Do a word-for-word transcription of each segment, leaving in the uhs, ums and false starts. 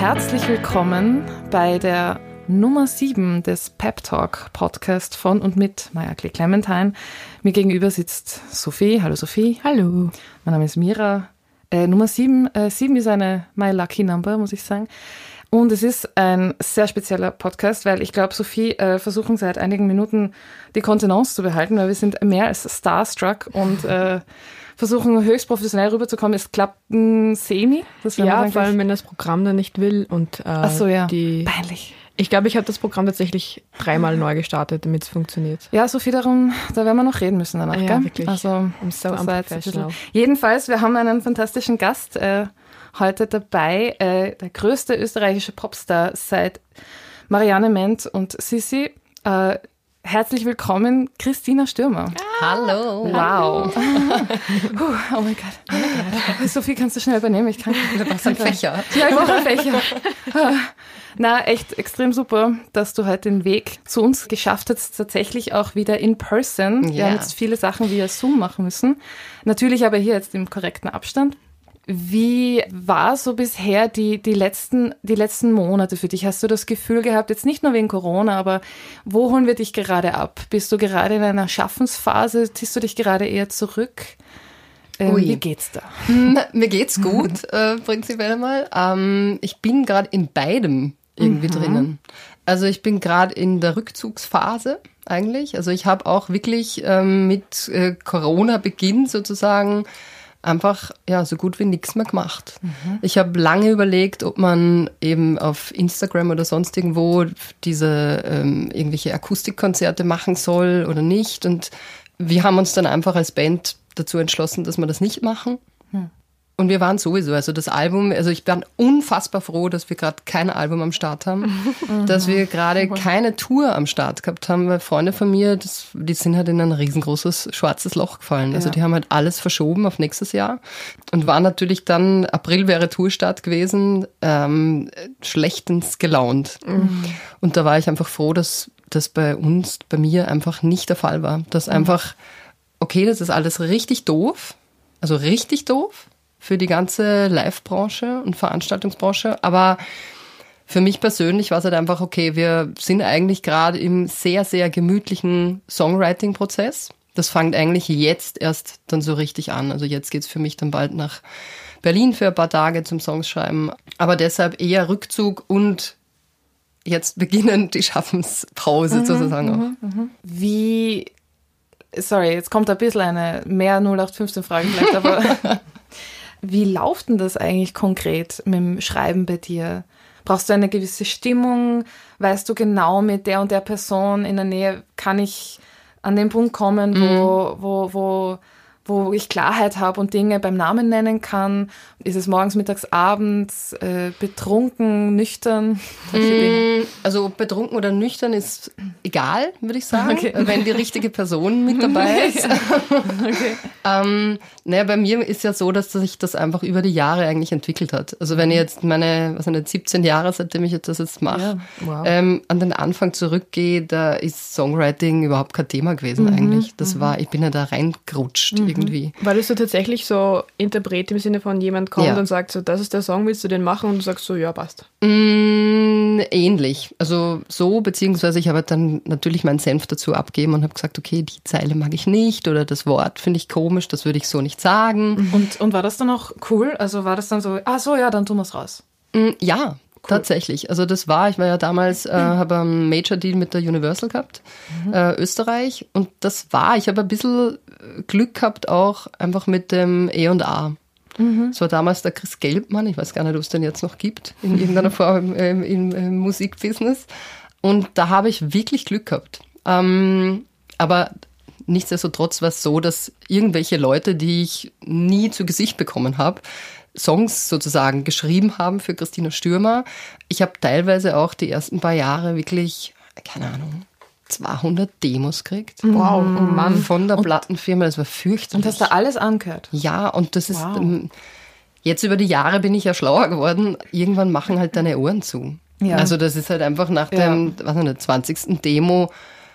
Herzlich willkommen bei der Nummer sieben des Pep Talk Podcast von und mit Maja Klee Clementine. Mir gegenüber sitzt Sophie. Hallo Sophie. Hallo. Mein Name ist Mira. Äh, Nummer sieben. Äh, sieben ist eine My Lucky Number, muss ich sagen. Und es ist ein sehr spezieller Podcast, weil ich glaube, Sophie äh, versuchen seit einigen Minuten die Kontenance zu behalten, weil wir sind mehr als starstruck und äh, versuchen höchst professionell rüberzukommen. Es klappt ein Semi. Das ja, vor allem, wenn das Programm dann nicht will. Und, äh, Ach so, ja. Die, peinlich. Ich glaube, ich habe das Programm tatsächlich dreimal neu gestartet, damit es funktioniert. Ja, Sophie, darum, da werden wir noch reden müssen danach, ja, gell? Wirklich. Also, I'm so unprofessional. Jedenfalls, wir haben einen fantastischen Gast äh, heute dabei, äh, der größte österreichische Popstar seit Marianne Ment und Sissi. Äh, herzlich willkommen, Christina Stürmer. Hallo. Wow. Puh, oh mein Gott. Oh mein Gott. Sophie, kannst du schnell übernehmen? Ich kann Du brauchst einen Fächer. Ja, ich brauche einen Fächer. Na, echt extrem super, dass du heute den Weg zu uns geschafft hast, tatsächlich auch wieder in person. Wir Ja. haben jetzt viele Sachen via Zoom machen müssen. Natürlich aber hier jetzt im korrekten Abstand. Wie war so bisher die, die, letzten, die letzten Monate für dich? Hast du das Gefühl gehabt, jetzt nicht nur wegen Corona, aber wo holen wir dich gerade ab? Bist du gerade in einer Schaffensphase? Ziehst du dich gerade eher zurück? Ähm, Ui. wie geht's da? Mir geht's gut, äh, prinzipiell mal. Ähm, ich bin gerade in beidem irgendwie Mhm. drinnen. Also ich bin gerade in der Rückzugsphase eigentlich. Also ich habe auch wirklich ähm, mit äh, Corona-Beginn sozusagen einfach ja so gut wie nichts mehr gemacht. Mhm. Ich habe lange überlegt, ob man eben auf Instagram oder sonst irgendwo diese ähm, irgendwelche Akustikkonzerte machen soll oder nicht. Und wir haben uns dann einfach als Band dazu entschlossen, dass wir das nicht machen. Hm. Und wir waren sowieso, also das Album, also ich bin unfassbar froh, dass wir gerade kein Album am Start haben, dass wir gerade keine Tour am Start gehabt haben, weil Freunde von mir, das, die sind halt in ein riesengroßes schwarzes Loch gefallen. Also Ja. die haben halt alles verschoben auf nächstes Jahr und waren natürlich dann, April wäre Tourstart gewesen, ähm, schlechtens gelaunt. Mhm. Und da war ich einfach froh, dass das bei uns, bei mir einfach nicht der Fall war. Dass mhm. einfach, okay, das ist alles richtig doof, also richtig doof, für die ganze Live-Branche und Veranstaltungsbranche. Aber für mich persönlich war es halt einfach, okay, wir sind eigentlich gerade im sehr, sehr gemütlichen Songwriting-Prozess. Das fängt eigentlich jetzt erst dann so richtig an. Also jetzt geht's für mich dann bald nach Berlin für ein paar Tage zum Songs schreiben. Aber deshalb eher Rückzug und jetzt beginnen die Schaffenspause Mhm, sozusagen mhm, auch. Mhm. Wie, sorry, jetzt kommt ein bisschen eine mehr null acht fünfzehn Frage vielleicht, aber wie läuft denn das eigentlich konkret mit dem Schreiben bei dir? Brauchst du eine gewisse Stimmung? Weißt du genau, mit der und der Person in der Nähe kann ich an den Punkt kommen, wo, mhm. wo, wo, wo ich Klarheit habe und Dinge beim Namen nennen kann? Ist es morgens, mittags, abends, äh, betrunken, nüchtern? Mm, also betrunken oder nüchtern ist egal, würde ich sagen, Okay. wenn die richtige Person mit dabei ist. Okay. ähm, naja, bei mir ist ja so, dass sich das einfach über die Jahre eigentlich entwickelt hat. Also wenn ich jetzt meine, was sind das, siebzehn Jahre, seitdem ich das jetzt mache, Ja, wow. ähm, an den Anfang zurückgehe, da ist Songwriting überhaupt kein Thema gewesen Mhm, eigentlich. Das mhm. war, ich bin ja da reingerutscht irgendwie. War das so tatsächlich so Interpret im Sinne von jemand kommt Ja. und sagt so, das ist der Song, willst du den machen? Und du sagst so, ja, passt. Mm, ähnlich. Also so, beziehungsweise ich habe dann natürlich meinen Senf dazu abgegeben und habe gesagt, okay, die Zeile mag ich nicht oder das Wort finde ich komisch, das würde ich so nicht sagen. Und, und war das dann auch cool? Also war das dann so, ah so, ja, dann tun wir es raus. Mm, ja, tatsächlich. Also das war, ich war ja damals, äh, habe einen Major-Deal mit der Universal gehabt, mhm. äh, Österreich. Und das war, ich habe ein bisschen Glück gehabt auch einfach mit dem E und A. Mhm. Das war damals der Chris Gelbmann, ich weiß gar nicht, ob es den jetzt noch gibt, in irgendeiner Form im, im, im Musikbusiness. Und da habe ich wirklich Glück gehabt. Ähm, aber nichtsdestotrotz war es so, dass irgendwelche Leute, die ich nie zu Gesicht bekommen habe, Songs sozusagen geschrieben haben für Christina Stürmer. Ich habe teilweise auch die ersten paar Jahre wirklich, keine Ahnung, zweihundert Demos gekriegt. Wow, oh Mann. Von der Plattenfirma, das war fürchterlich. Und hast du alles angehört? Ja, und das ist, Wow. ähm, jetzt über die Jahre bin ich ja schlauer geworden. Irgendwann machen halt deine Ohren zu. Ja. Also das ist halt einfach nach dem, was nicht, der zwanzigsten Demo.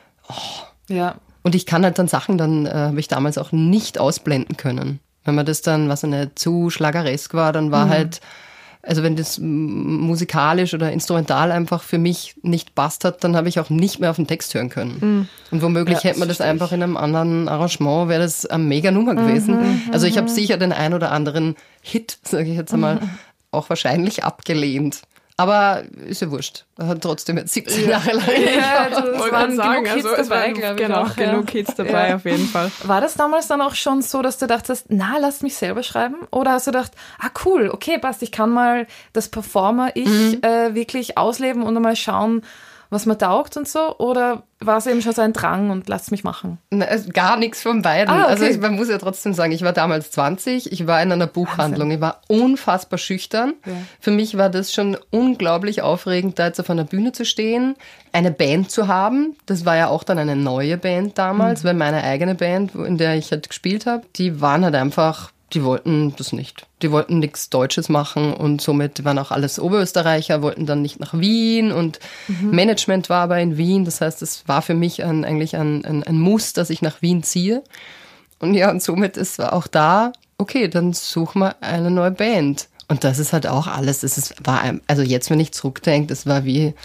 Ja. Und ich kann halt dann Sachen, dann äh, habe ich damals auch nicht ausblenden können. Wenn man das dann, was nicht, zu schlageresk war, dann war Mhm. halt also wenn das musikalisch oder instrumental einfach für mich nicht passt hat, dann habe ich auch nicht mehr auf den Text hören können. Mhm. Und womöglich ja, hätte man das einfach in einem anderen Arrangement, wäre das eine mega Nummer gewesen. Mhm, also ich habe sicher den ein oder anderen Hit, sage ich jetzt einmal, mhm. auch wahrscheinlich abgelehnt. Aber ist ja wurscht. Er hat trotzdem jetzt siebzehn ja. Jahre lang. Ja, also es waren sagen, genug Kids also es dabei, glaube ich. Genau, auch, genug ja. Kids dabei, ja. auf jeden Fall. War das damals dann auch schon so, dass du dachtest, na, lass mich selber schreiben? Oder hast du gedacht, ah cool, okay, passt, ich kann mal das Performer-Ich mhm. äh, wirklich ausleben und mal schauen, was mir taugt und so? Oder war es eben schon so ein Drang und lass mich machen? Na, gar nichts von beiden. Ah, okay. Also ich, man muss ja trotzdem sagen, ich war damals zwanzig, ich war in einer Buchhandlung, Wahnsinn. Ich war unfassbar schüchtern. Ja. Für mich war das schon unglaublich aufregend, da jetzt auf einer Bühne zu stehen, eine Band zu haben. Das war ja auch dann eine neue Band damals, mhm. weil meine eigene Band, in der ich halt gespielt habe, die waren halt einfach... Die wollten das nicht. Die wollten nichts Deutsches machen und somit waren auch alles Oberösterreicher, wollten dann nicht nach Wien und mhm. Management war aber in Wien. Das heißt, es war für mich ein, eigentlich ein, ein, ein Muss, dass ich nach Wien ziehe. Und ja, und somit ist auch da, okay, dann suchen wir eine neue Band. Und das ist halt auch alles, es ist, war, also jetzt, wenn ich zurückdenke, das war wie,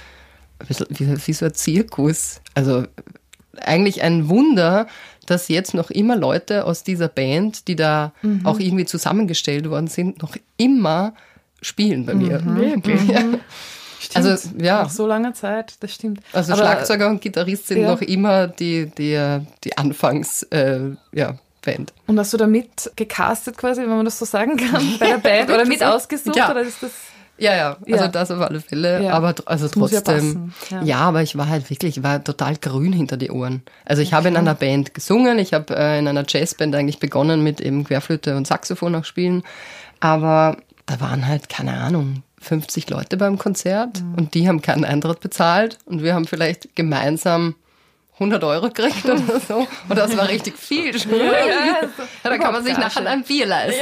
wie, wie so ein Zirkus. Also eigentlich ein Wunder, dass jetzt noch immer Leute aus dieser Band, die da mhm. auch irgendwie zusammengestellt worden sind, noch immer spielen bei mir. Mhm. Wirklich? Ja. Stimmt. Also, ja. Nach so langer Zeit, das stimmt. Also aber, Schlagzeuger und Gitarrist sind ja. noch immer die, die, die Anfangs, äh, ja, Band. Und hast du da mit gecastet quasi, wenn man das so sagen kann, bei der Band? Oder mit ausgesucht? Ja. Oder ist das... Ja, ja, also ja. das auf alle Fälle, ja. aber also das trotzdem, ja, ja. ja, aber ich war halt wirklich, ich war total grün hinter die Ohren. Also ich okay. habe in einer Band gesungen, ich habe äh, in einer Jazzband eigentlich begonnen mit eben Querflöte und Saxophon auch spielen, aber da waren halt, keine Ahnung, fünfzig Leute beim Konzert mhm. und die haben keinen Eintritt bezahlt und wir haben vielleicht gemeinsam hundert Euro gekriegt oder so. Und das war richtig viel. Ja, ja, ja, da kann man sich nachher ein Bier leisten.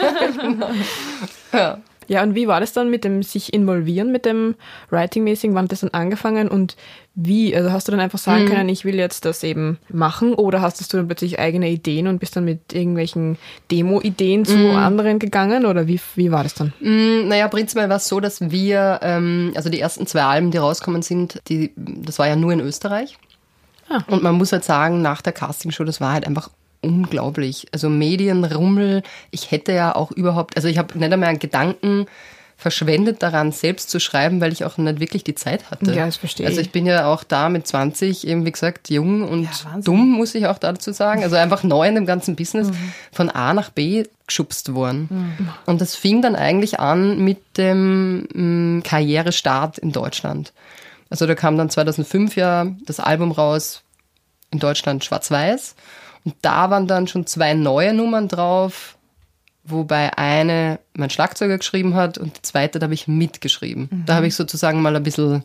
Ja. ja. Ja, und wie war das dann mit dem sich involvieren, mit dem Writing-mäßigen? Wann hat das dann angefangen und wie? Also hast du dann einfach sagen mhm. können, ich will jetzt das eben machen oder hast du dann plötzlich eigene Ideen und bist dann mit irgendwelchen Demo-Ideen zu mhm. anderen gegangen oder wie, wie war das dann? Mhm, naja, prinzipiell war es so, dass wir, ähm, also die ersten zwei Alben, die rausgekommen sind, die, das war ja nur in Österreich. Ah. Und man muss halt sagen, nach der Castingshow, das war halt einfach unglaublich. Also Medienrummel, ich hätte ja auch überhaupt, also ich habe nicht einmal einen Gedanken verschwendet daran, selbst zu schreiben, weil ich auch nicht wirklich die Zeit hatte. Ja, das verstehe ich. Also ich bin ja auch da mit zwanzig eben, wie gesagt, jung und ja, dumm, muss ich auch dazu sagen. Also einfach neu in dem ganzen Business, mhm. von A nach B geschubst worden. Mhm. Und das fing dann eigentlich an mit dem mh, Karrierestart in Deutschland. Also da kam dann zweitausendfünf ja das Album raus, in Deutschland Schwarz-Weiß. Und da waren dann schon zwei neue Nummern drauf, wobei eine mein Schlagzeuger geschrieben hat und die zweite, da habe ich mitgeschrieben. Mhm. Da habe ich sozusagen mal ein bisschen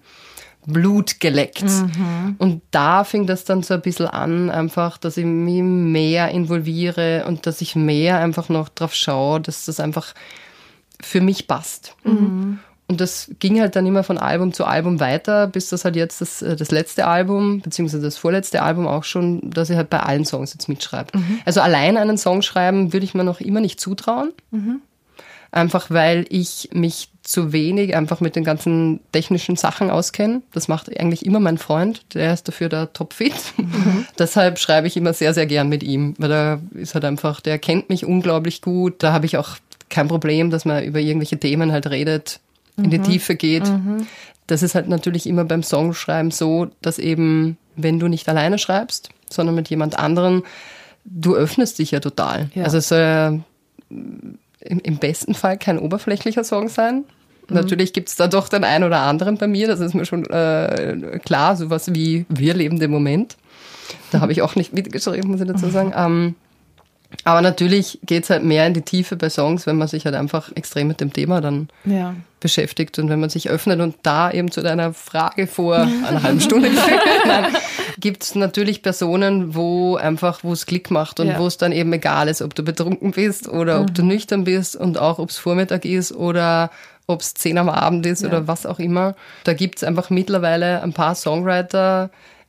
Blut geleckt. Mhm. Und da fing das dann so ein bisschen an, einfach, dass ich mich mehr involviere und dass ich mehr einfach noch drauf schaue, dass das einfach für mich passt. Mhm. Und das ging halt dann immer von Album zu Album weiter, bis das halt jetzt das, das letzte Album, beziehungsweise das vorletzte Album auch schon, dass ich halt bei allen Songs jetzt mitschreibe. Mhm. Also allein einen Song schreiben würde ich mir noch immer nicht zutrauen. Mhm. Einfach weil ich mich zu wenig einfach mit den ganzen technischen Sachen auskenne. Das macht eigentlich immer mein Freund, der ist dafür der Topfit. Mhm. Deshalb schreibe ich immer sehr, sehr gern mit ihm, weil er ist halt einfach, der kennt mich unglaublich gut. Da habe ich auch kein Problem, dass man über irgendwelche Themen halt redet, in die mhm. Tiefe geht. Mhm. Das ist halt natürlich immer beim Songschreiben so, dass eben, wenn du nicht alleine schreibst, sondern mit jemand anderem, du öffnest dich ja total. Ja. Also es soll ja im, im besten Fall kein oberflächlicher Song sein. Mhm. Natürlich gibt es da doch den einen oder anderen bei mir, das ist mir schon äh, klar, sowas wie Wir leben den Moment. Da habe ich auch nicht mitgeschrieben, muss ich dazu sagen. Ähm, aber natürlich geht es halt mehr in die Tiefe bei Songs, wenn man sich halt einfach extrem mit dem Thema dann ja. beschäftigt und wenn man sich öffnet. Und da eben zu deiner Frage vor einer halben Stunde gibt es natürlich Personen, wo einfach, wo es Klick macht und ja. wo es dann eben egal ist, ob du betrunken bist oder mhm. ob du nüchtern bist und auch ob es Vormittag ist oder ob es zehn am Abend ist ja. oder was auch immer. Da gibt es einfach mittlerweile ein paar Songwriter,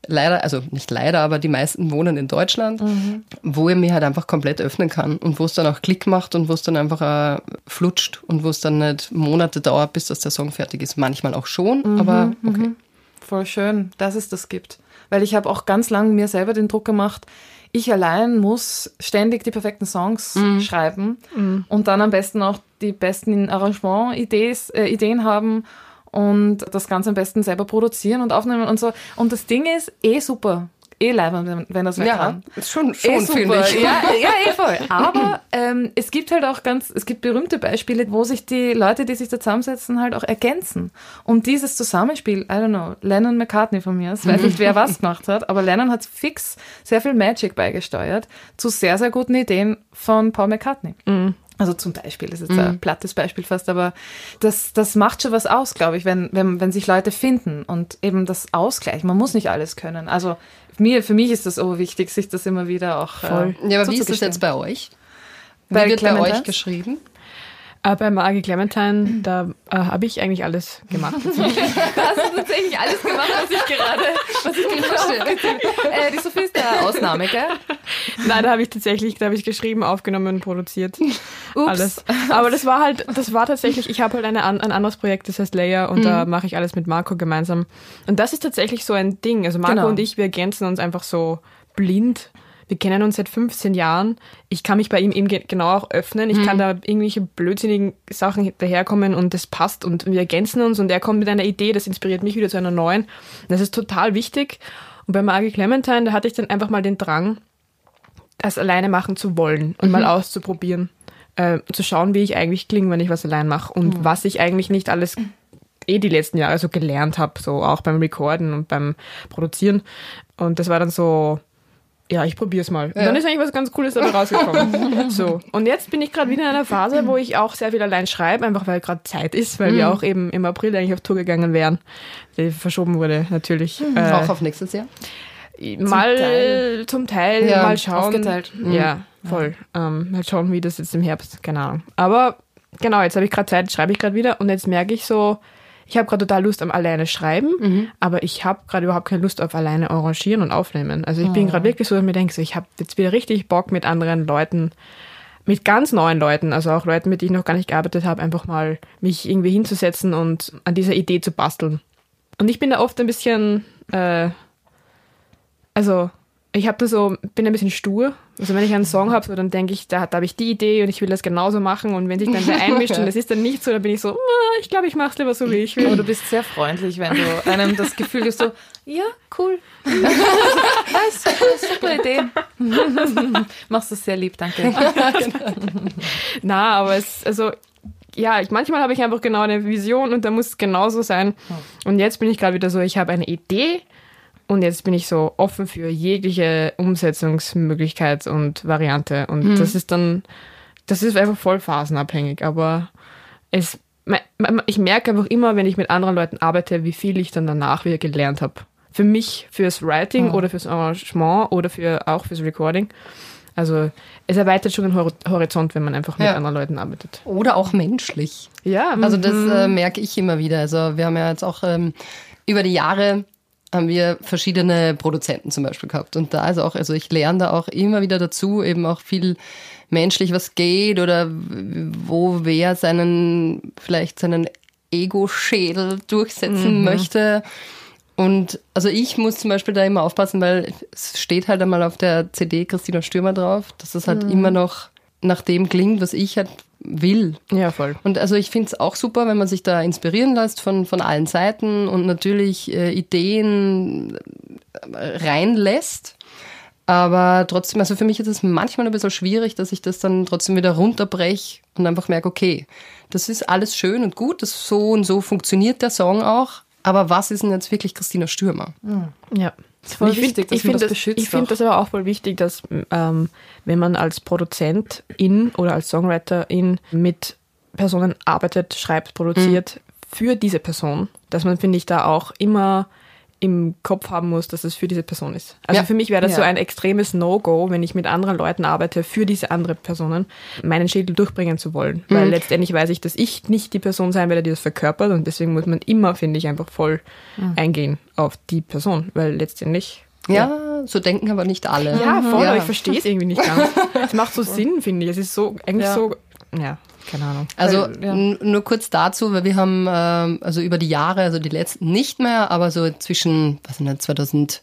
leider, also nicht leider, aber die meisten wohnen in Deutschland, mhm. wo ich mich halt einfach komplett öffnen kann und wo es dann auch Klick macht und wo es dann einfach äh, flutscht und wo es dann nicht Monate dauert, bis das der Song fertig ist. Manchmal auch schon, mhm, aber okay. Mhm. Voll schön, dass es das gibt. Weil ich habe auch ganz lange mir selber den Druck gemacht, ich allein muss ständig die perfekten Songs mhm. schreiben mhm. und dann am besten auch die besten Arrangement-Ideen haben und das Ganze am besten selber produzieren und aufnehmen und so. Und das Ding ist eh super. Eh leibend, wenn das wer ja, kann. Ist schon, schon eh finde ich. Ja, ja, eh voll. Aber ähm, es gibt halt auch ganz, es gibt berühmte Beispiele, wo sich die Leute, die sich da zusammensetzen, halt auch ergänzen. Und dieses Zusammenspiel, I don't know, Lennon McCartney von mir, ich weiß nicht, wer was gemacht hat, aber Lennon hat fix sehr viel Magic beigesteuert zu sehr, sehr guten Ideen von Paul McCartney. Mhm. Also zum Beispiel, das ist jetzt ein mhm. plattes Beispiel fast, aber das, das macht schon was aus, glaube ich, wenn, wenn, wenn sich Leute finden und eben das Ausgleich. Man muss nicht alles können. Also mir, für mich ist das auch wichtig, sich das immer wieder auch Voll. Äh, ja, aber wie ist das jetzt bei euch? Wie bei wird bei euch geschrieben? Äh, bei Margie Clementine, da äh, habe ich eigentlich alles gemacht. Da hast du tatsächlich alles gemacht, was ich gerade, was ich gerade äh, Die Sophie ist der Ausnahme, gell? Nein, da habe ich tatsächlich, da habe ich geschrieben, aufgenommen und produziert. Ups. Alles. Aber das war halt, das war tatsächlich, ich habe halt eine, ein anderes Projekt, das heißt Layer und mhm. da mache ich alles mit Marco gemeinsam. Und das ist tatsächlich so ein Ding. Also Marco genau. und ich, wir ergänzen uns einfach so blind. Wir kennen uns seit fünfzehn Jahren. Ich kann mich bei ihm eben genau auch öffnen. Ich mhm. kann da irgendwelche blödsinnigen Sachen daherkommen und das passt und wir ergänzen uns und er kommt mit einer Idee, das inspiriert mich wieder zu einer neuen. Das ist total wichtig. Und bei Margie Clementine, da hatte ich dann einfach mal den Drang, das alleine machen zu wollen und mhm. mal auszuprobieren. Äh, zu schauen, wie ich eigentlich klinge, wenn ich was allein mache und mhm. was ich eigentlich nicht alles eh die letzten Jahre so gelernt habe, so auch beim Recorden und beim Produzieren. Und das war dann so... Ja, ich probier's mal. Und ja. dann ist eigentlich was ganz Cooles dabei rausgekommen. So. Und jetzt bin ich gerade wieder in einer Phase, wo ich auch sehr viel allein schreibe, einfach weil gerade Zeit ist, weil mhm. wir auch eben im April eigentlich auf Tour gegangen wären. Die verschoben wurde, natürlich. Mhm. Äh, auch auf nächstes Jahr? Mal zum Teil, zum Teil ja, mal schauen. Aufgeteilt. Mhm. Ja, voll. Ähm, mal schauen, wie das jetzt im Herbst, keine Ahnung. Aber genau, jetzt habe ich gerade Zeit, schreibe ich gerade wieder und jetzt merke ich so, ich habe gerade total Lust am alleine schreiben, mhm. aber ich habe gerade überhaupt keine Lust auf alleine arrangieren und aufnehmen. Also ich oh. bin gerade wirklich so, dass ich mir denke, so, ich habe jetzt wieder richtig Bock mit anderen Leuten, mit ganz neuen Leuten, also auch Leuten, mit denen ich noch gar nicht gearbeitet habe, einfach mal mich irgendwie hinzusetzen und an dieser Idee zu basteln. Und ich bin da oft ein bisschen, äh, also ich habe da so, bin ein bisschen stur. Also wenn ich einen Song habe, so, dann denke ich, da, da habe ich die Idee und ich will das genauso machen. Und wenn sich dann wer einmischt und das ist dann nicht so, dann bin ich so, ich glaube, ich mache es lieber so, wie ich will. Aber du bist sehr freundlich, wenn du einem das Gefühl hast, so, ja, cool. Das ist eine super Idee. Machst du sehr lieb, danke. Na, aber es, also, ja, ich, manchmal habe ich einfach genau eine Vision und da muss es genauso sein. Und jetzt bin ich gerade wieder so, ich habe eine Idee. Und jetzt bin ich so offen für jegliche Umsetzungsmöglichkeit und Variante. Und mhm. das ist dann, das ist einfach voll phasenabhängig. Aber es, ich merke einfach immer, wenn ich mit anderen Leuten arbeite, wie viel ich dann danach wieder gelernt habe. Für mich, fürs Writing mhm. oder fürs Arrangement oder für, auch fürs Recording. Also es erweitert schon den Horizont, wenn man einfach mit ja. anderen Leuten arbeitet. Oder auch menschlich. Ja. Also das mhm. äh, merke ich immer wieder. Also wir haben ja jetzt auch ähm, über die Jahre haben wir verschiedene Produzenten zum Beispiel gehabt. Und da ist auch, also ich lerne da auch immer wieder dazu, eben auch viel menschlich, was geht oder wo wer seinen, vielleicht seinen Ego-Schädel durchsetzen mhm. möchte. Und also ich muss zum Beispiel da immer aufpassen, weil es steht halt einmal auf der C D Christina Stürmer drauf, dass das halt mhm. immer noch nach dem klingt, was ich halt will. Ja, voll. Und also ich finde es auch super, wenn man sich da inspirieren lässt von, von allen Seiten und natürlich äh, Ideen reinlässt. Aber trotzdem, also für mich ist es manchmal ein bisschen schwierig, dass ich das dann trotzdem wieder runterbreche und einfach merke, okay, das ist alles schön und gut, das so und so funktioniert der Song auch, aber was ist denn jetzt wirklich Christina Stürmer? Ja. Das ist voll ich wichtig, find, dass man das beschützt. Ich finde das aber auch voll wichtig, dass ähm, wenn man als Produzentin oder als Songwriterin mit Personen arbeitet, schreibt, produziert, mhm. für diese Person, dass man, finde ich, da auch immer im Kopf haben muss, dass es für diese Person ist. Also ja. für mich wäre das ja. so ein extremes No-Go, wenn ich mit anderen Leuten arbeite, für diese andere Personen, meinen Schädel durchbringen zu wollen. Mhm. Weil letztendlich weiß ich, dass ich nicht die Person sein werde, die das verkörpert und deswegen muss man immer, finde ich, einfach voll mhm. eingehen auf die Person, weil letztendlich... Ja, ja, so denken aber nicht alle. Ja, voll, ja. aber ich verstehe es irgendwie nicht ganz. Es macht so Sinn, finde ich. Es ist so, eigentlich ja. so, ja, keine Ahnung. Also Weil, ja. n- nur kurz dazu, weil wir haben ähm, also über die Jahre, also die letzten nicht mehr, aber so zwischen, was sind das, zweitausend,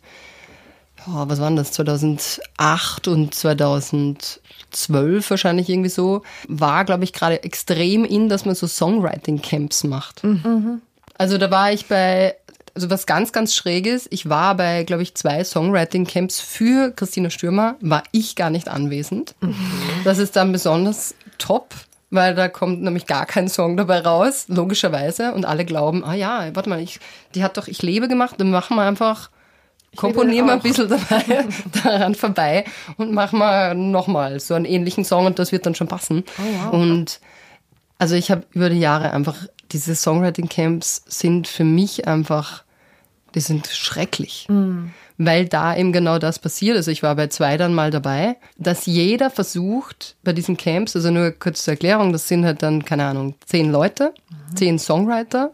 oh, was waren das, zweitausendacht und zweitausendzwölf wahrscheinlich irgendwie so, war, glaube ich, gerade extrem in, dass man so Songwriting-Camps macht. Mhm. Also da war ich bei... Also was ganz, ganz Schräges, ich war bei, glaube ich, zwei Songwriting-Camps für Christina Stürmer, war ich gar nicht anwesend. Mhm. Das ist dann besonders top, weil da kommt nämlich gar kein Song dabei raus, logischerweise. Und alle glauben, ah ja, warte mal, ich, die hat doch Ich lebe gemacht, dann machen wir einfach, komponieren wir ein bisschen dabei, daran vorbei und machen wir nochmal so einen ähnlichen Song und das wird dann schon passen. Oh, wow. Und also ich habe über die Jahre einfach, diese Songwriting-Camps sind für mich einfach, die sind schrecklich, mm. weil da eben genau das passiert. Also ich war bei zwei dann mal dabei, dass jeder versucht bei diesen Camps, also nur kurz zur Erklärung, das sind halt dann, keine Ahnung, zehn Leute, mhm. zehn Songwriter.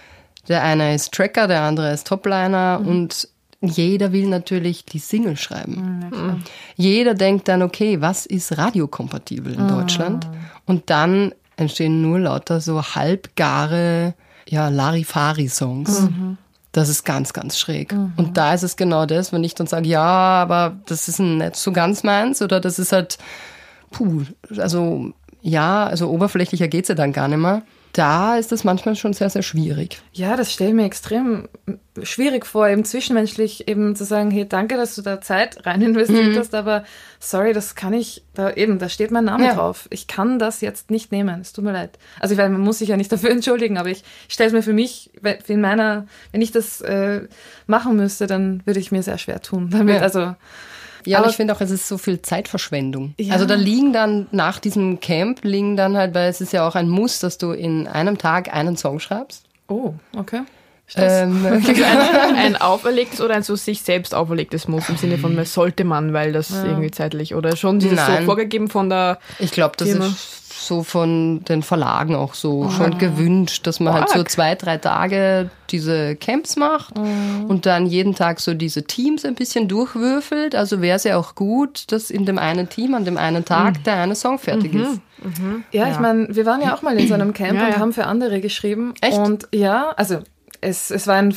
Der eine ist Tracker, der andere ist Topliner mhm. und jeder will natürlich die Single schreiben. Mhm. Jeder denkt dann, okay, was ist radiokompatibel in mhm. Deutschland? Und dann entstehen nur lauter so halbgare, ja, Larifari-Songs. Mhm. Das ist ganz, ganz schräg. Mhm. Und da ist es genau das, wenn ich dann sage, ja, aber das ist nicht so ganz meins oder das ist halt, puh, also ja, also oberflächlicher geht's ja dann gar nicht mehr. Da ist das manchmal schon sehr, sehr schwierig. Ja, das stelle ich mir extrem schwierig vor, eben zwischenmenschlich eben zu sagen, hey, danke, dass du da Zeit rein investiert mhm. hast, aber sorry, das kann ich, da eben, da steht mein Name ja. drauf. Ich kann das jetzt nicht nehmen, es tut mir leid. Also ich weiß, man muss sich ja nicht dafür entschuldigen, aber ich stelle es mir für mich, in meiner, wenn ich das äh, machen müsste, dann würde ich mir sehr schwer tun damit, ja. also... Ja, aber, aber ich finde auch, es ist so viel Zeitverschwendung. Ja. Also da liegen dann nach diesem Camp, liegen dann halt, weil es ist ja auch ein Muss, dass du in einem Tag einen Song schreibst. Oh, okay. Ähm, ein, ein auferlegtes oder ein so sich selbst auferlegtes Muss im Sinne von, man sollte man, weil das ja. irgendwie zeitlich oder schon dieses so vorgegeben von der Ich glaube, das Firma. ist so von den Verlagen auch so oh. schon gewünscht, dass man Org. halt so zwei, drei Tage diese Camps macht oh. und dann jeden Tag so diese Teams ein bisschen durchwürfelt. Also wäre es ja auch gut, dass in dem einen Team an dem einen Tag mhm. der eine Song fertig mhm. ist. Mhm. Ja, ja, ich meine, wir waren ja auch mal in so einem Camp ja, und ja. haben für andere geschrieben. Echt? Und ja, also es, es war ein,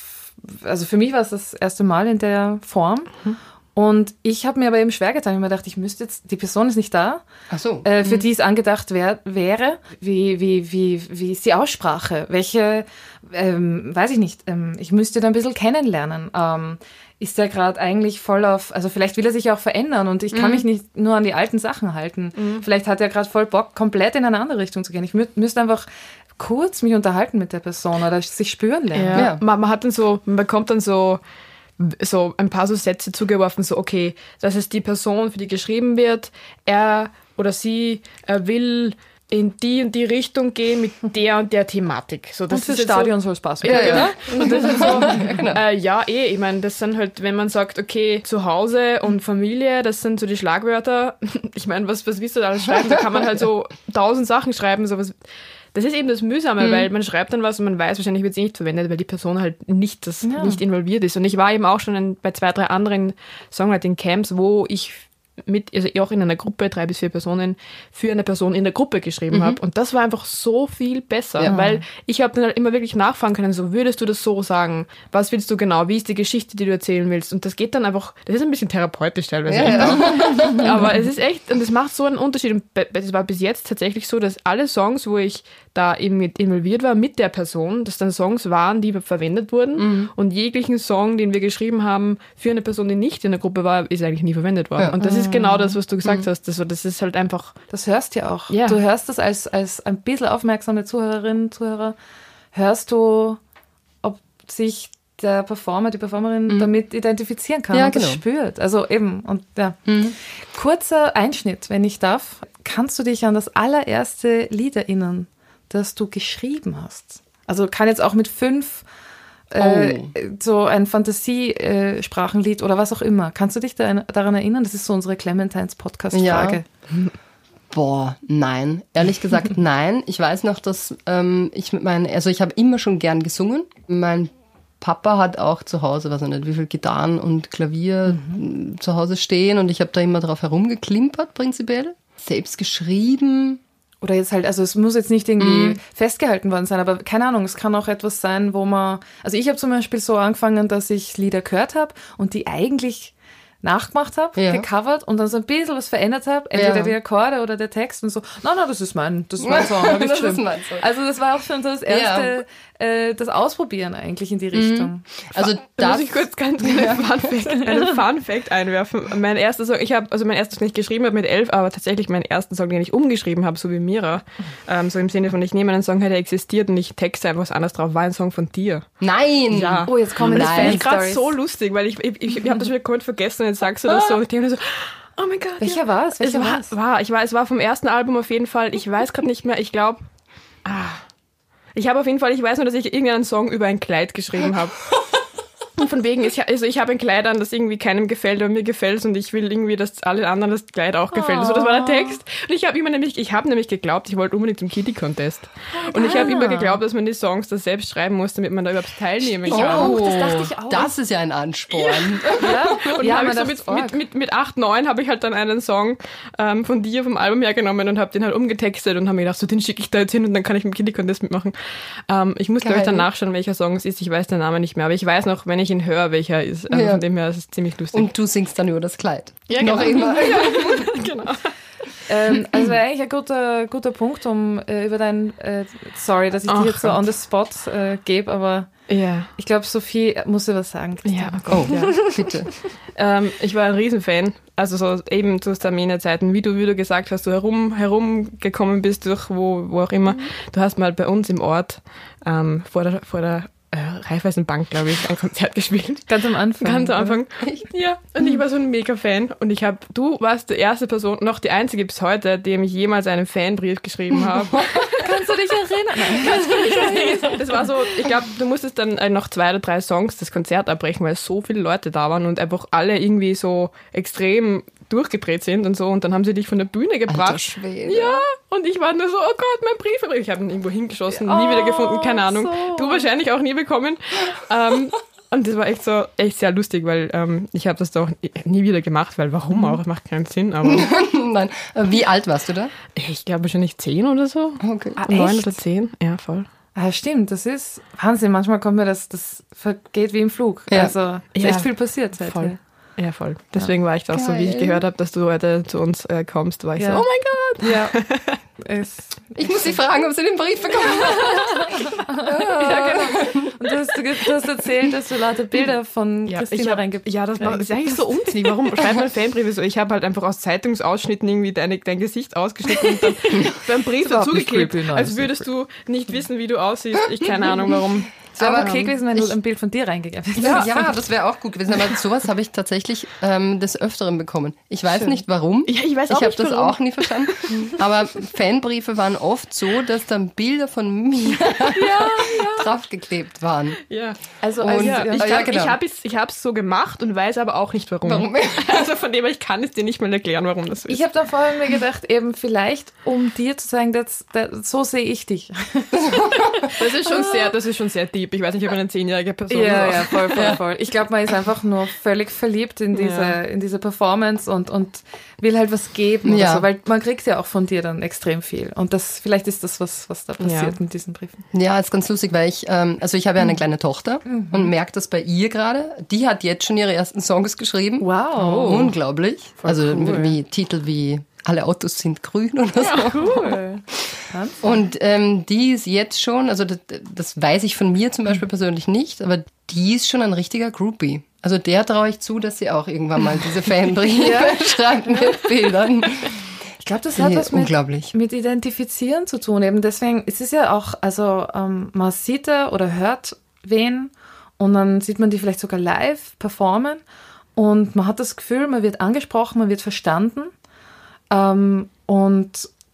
also für mich war es das erste Mal in der Form. Mhm. Und ich habe mir aber eben schwer getan. Ich habe mir gedacht, ich müsste jetzt, die Person ist nicht da, Ach so. äh, für mhm. die es angedacht wär, wäre. Wie, wie, wie, wie ist die Aussprache? Welche, ähm, weiß ich nicht, ähm, ich müsste da ein bisschen kennenlernen. Ähm, ist der gerade eigentlich voll auf, also vielleicht will er sich auch verändern und ich kann mhm. mich nicht nur an die alten Sachen halten. Mhm. Vielleicht hat er gerade voll Bock, komplett in eine andere Richtung zu gehen. Ich mü- müsste einfach kurz mich unterhalten mit der Person oder sich spüren lernen. Ja. Ja. Man, man hat dann so, man bekommt dann so, so ein paar so Sätze zugeworfen, so okay, das ist die Person, für die geschrieben wird, er oder sie er will in die und die Richtung gehen mit der und der Thematik. So, das und fürs Stadion so, soll es passen. Ja, ja. Und das ist so, ja, genau. äh, ja, eh, ich meine, das sind halt, wenn man sagt, okay, Zuhause und Familie, das sind so die Schlagwörter. Ich meine, was, was willst du da alles schreiben? Da kann man halt so tausend Sachen schreiben, so was. Das ist eben das Mühsame, mhm. weil man schreibt dann was und man weiß, wahrscheinlich wird es eh nicht verwendet, weil die Person halt nicht, das, ja. nicht involviert ist. Und ich war eben auch schon in, bei zwei, drei anderen Songwriting-Camps, wo ich mit, also auch in einer Gruppe, drei bis vier Personen, für eine Person in der Gruppe geschrieben mhm. habe. Und das war einfach so viel besser, ja. weil ich habe dann halt immer wirklich nachfragen können, so würdest du das so sagen? Was willst du genau? Wie ist die Geschichte, die du erzählen willst? Und das geht dann einfach, das ist ein bisschen therapeutisch teilweise. Ja, ja. Aber es ist echt, und es macht so einen Unterschied. Und es war bis jetzt tatsächlich so, dass alle Songs, wo ich da eben mit involviert war mit der Person, dass dann Songs waren, die verwendet wurden mhm. und jeglichen Song, den wir geschrieben haben für eine Person, die nicht in der Gruppe war, ist eigentlich nie verwendet worden. Ja. Und das ist genau das, was du gesagt mhm. hast. Das, das ist halt einfach... Das hörst du ja auch. Ja. Du hörst das als, als ein bisschen aufmerksame Zuhörerin, Zuhörer, hörst du, ob sich der Performer, die Performerin mhm. damit identifizieren kann ja, und genau. das spürt. Also eben, und ja. Mhm. Kurzer Einschnitt, wenn ich darf. Kannst du dich an das allererste Lied erinnern, das du geschrieben hast? Also kann jetzt auch mit fünf Äh, Oh. So ein Fantasiesprachenlied oder was auch immer. Kannst du dich da, daran erinnern? Das ist so unsere Clementines Podcast-Frage. Ja. Boah, nein. Ehrlich gesagt, nein. Ich weiß noch, dass ähm, ich mit meinen, also ich habe immer schon gern gesungen. Mein Papa hat auch zu Hause, weiß ich nicht, wie viel Gitarren und Klavier mhm. zu Hause stehen und ich habe da immer drauf herumgeklimpert, prinzipiell. Selbst geschrieben. Oder jetzt halt, also es muss jetzt nicht irgendwie mm. festgehalten worden sein, aber keine Ahnung, es kann auch etwas sein, wo man, also ich habe zum Beispiel so angefangen, dass ich Lieder gehört habe und die eigentlich nachgemacht habe, ja. gecovert und dann so ein bisschen was verändert habe, entweder ja. die Akkorde oder der Text und so, nein, nein, das ist mein, das ist mein Song, hab ich das geschrieben. ist mein Song. Also das war auch schon das erste, ja. äh, das Ausprobieren eigentlich in die Richtung. Mhm. Also da das muss ich kurz ganz einen Fun Fact, einen Fun Fact einwerfen. Mein erster Song, ich habe, also mein erstes nicht geschrieben habe mit elf, aber tatsächlich meinen ersten Song, den ich umgeschrieben habe, so wie Mira, ähm, so im Sinne von, ich nehme einen Song, der existiert und ich texte einfach was anderes drauf, war ein Song von dir. Nein! Ja. Oh, jetzt kommen das finde ich gerade Fan-Stories. so lustig, weil ich, ich, ich, ich habe das wieder komplett vergessen und jetzt sagst du das so und ich denke mir so, oh mein Gott. Welcher ja. war es? Welcher es war, war's? war, ich war, es war vom ersten Album auf jeden Fall, ich weiß gerade nicht mehr, ich glaube, ah, ich habe auf jeden Fall, ich weiß nur, dass ich irgendeinen Song über ein Kleid geschrieben habe. Und von wegen, ich, also ich habe ein Kleid an, das irgendwie keinem gefällt, aber mir gefällt und ich will irgendwie, dass alle anderen das Kleid auch gefällt. Oh. So, das war der Text. Und ich habe immer nämlich, ich habe nämlich geglaubt, ich wollte unbedingt zum Kitty Contest. Und ich habe immer geglaubt, dass man die Songs da selbst schreiben muss, damit man da überhaupt teilnehmen kann. Oh, das dachte ich auch. Das ist ja ein Ansporn. Ja. Ja. Und ja, habe ich so mit, mit, mit, mit acht, neun habe ich halt dann einen Song ähm, von dir vom Album hergenommen und habe den halt umgetextet und habe mir gedacht, so den schicke ich da jetzt hin und dann kann ich im Kitty Contest mitmachen. Ähm, ich muss, glaube ich, dann nachschauen, welcher Song es ist. Ich weiß den Namen nicht mehr, aber ich weiß noch, wenn ich ihn höre, welcher ist. Also ja. Von dem her ist es ziemlich lustig. Und du singst dann über das Kleid. Ja, noch genau. immer. Ja, genau. ähm, also wäre eigentlich ein guter, guter Punkt, um äh, über dein, äh, sorry, dass ich Ach, dir jetzt so Gott. on the spot äh, gebe, aber ja. ich glaube, Sophie muss dir was sagen. Ja, oh, ja. Bitte. ähm, ich war ein Riesenfan, also so eben zu Stamina-Zeiten, wie du, wie du gesagt hast, du herum, herumgekommen bist durch wo, wo auch immer. Du hast mal bei uns im Ort ähm, vor der, vor der Äh, Raiffeisenbank, glaube ich, ein Konzert gespielt. Ganz am Anfang. Ganz am Anfang. Ja, und ich war so ein Mega-Fan. Und ich habe, du warst die erste Person, noch die einzige bis heute, dem ich jemals einen Fanbrief geschrieben habe. Kannst du dich erinnern? Kannst du dich erinnern? Das war so, ich glaube, du musstest dann äh, noch zwei oder drei Songs das Konzert abbrechen, weil so viele Leute da waren und einfach alle irgendwie so extrem durchgedreht sind und so und dann haben sie dich von der Bühne gebracht. Alter Schwede. Ja, und ich war nur so, oh Gott, mein Brief. Ich habe ihn irgendwo hingeschossen, nie oh, wieder gefunden, keine Ahnung. So. Du wahrscheinlich auch nie bekommen. ähm, und das war echt so, echt sehr lustig, weil ähm, ich habe das doch nie wieder gemacht, weil warum auch, das macht keinen Sinn. Aber Nein. Wie alt warst du da? ich glaube wahrscheinlich zehn oder so. Okay. Ah, Neun echt? oder zehn, ja voll. Ah, stimmt, das ist Wahnsinn. Manchmal kommt mir das, das vergeht wie im Flug. Ja. Also ist Ja. echt viel passiert seither. Voll. Ja, voll. Deswegen war ich da auch so, wie ich Geil. gehört habe, dass du heute zu uns äh, kommst, war ich Ja. so, oh mein Gott. Ja. Es, Ich muss sie fragen, ob sie den Brief bekommen hat. ja, genau. Und du hast, du hast erzählt, dass du lauter Bilder von Ja, Christina ich hab, reingibst. ja, das war, ist eigentlich so unsinnig. Warum schreibt man Fanbriefe so? Ich habe halt einfach aus Zeitungsausschnitten irgendwie deine, dein Gesicht ausgeschnitten und dann beim Brief überhaupt nicht dazugeklebt, creepy, nein, als ist würdest du nicht wissen, wie du aussiehst. Ich keine Ahnung, warum. Es wäre aber Aber, okay ähm, gewesen, wenn du ich- ein Bild von dir reingegeben hättest. Ja, ja, das wäre auch gut gewesen. Aber sowas habe ich tatsächlich ähm, des Öfteren bekommen. Ich weiß Schön. nicht warum. Ja, ich weiß Ich auch habe nicht, das warum. auch nie verstanden. Aber Fanbriefe waren oft so, dass dann Bilder von mir draufgeklebt waren. Ja. Also, Und- als, Ja, ja. ich, ja, glaub, genau. ich habe es ich hab's so gemacht und weiß aber auch nicht, warum. Warum? Also von dem her, ich kann es dir nicht mal erklären, warum das so ist. Ich habe dann vorhin mir gedacht, eben vielleicht, um dir zu sagen, dass, dass, so sehe ich dich. Das ist schon sehr, das ist schon sehr deep. Ich weiß nicht, ob eine zehnjährige Person Ja, das ja, auch- voll, voll, voll. Ich glaube, man ist einfach nur völlig verliebt in diese, Ja. in diese Performance und, und will halt was geben oder Ja. so, weil man kriegt ja auch von dir dann extrem viel. Und das, vielleicht ist das, was, was da passiert Ja. mit diesen Briefen. Ja, ist ganz lustig, weil ich, ähm, also ich habe ja eine kleine Tochter und merke das bei ihr gerade. Die hat jetzt schon ihre ersten Songs geschrieben. Wow. Unglaublich. Also cool. wie Titel wie Alle Autos sind grün oder so. Cool. Und ähm, die ist jetzt schon, also das, das weiß ich von mir zum Beispiel persönlich nicht, aber die ist schon ein richtiger Groupie. Also der traue ich zu, dass sie auch irgendwann mal diese Fanbriefe schreibt mit Bildern. Ich glaube, das hat Nee, was mit, unglaublich. mit Identifizieren zu tun. Eben deswegen, es ist ja auch, also ähm, man sieht da oder hört wen und dann sieht man die vielleicht sogar live performen und man hat das Gefühl, man wird angesprochen, man wird verstanden. Ähm, und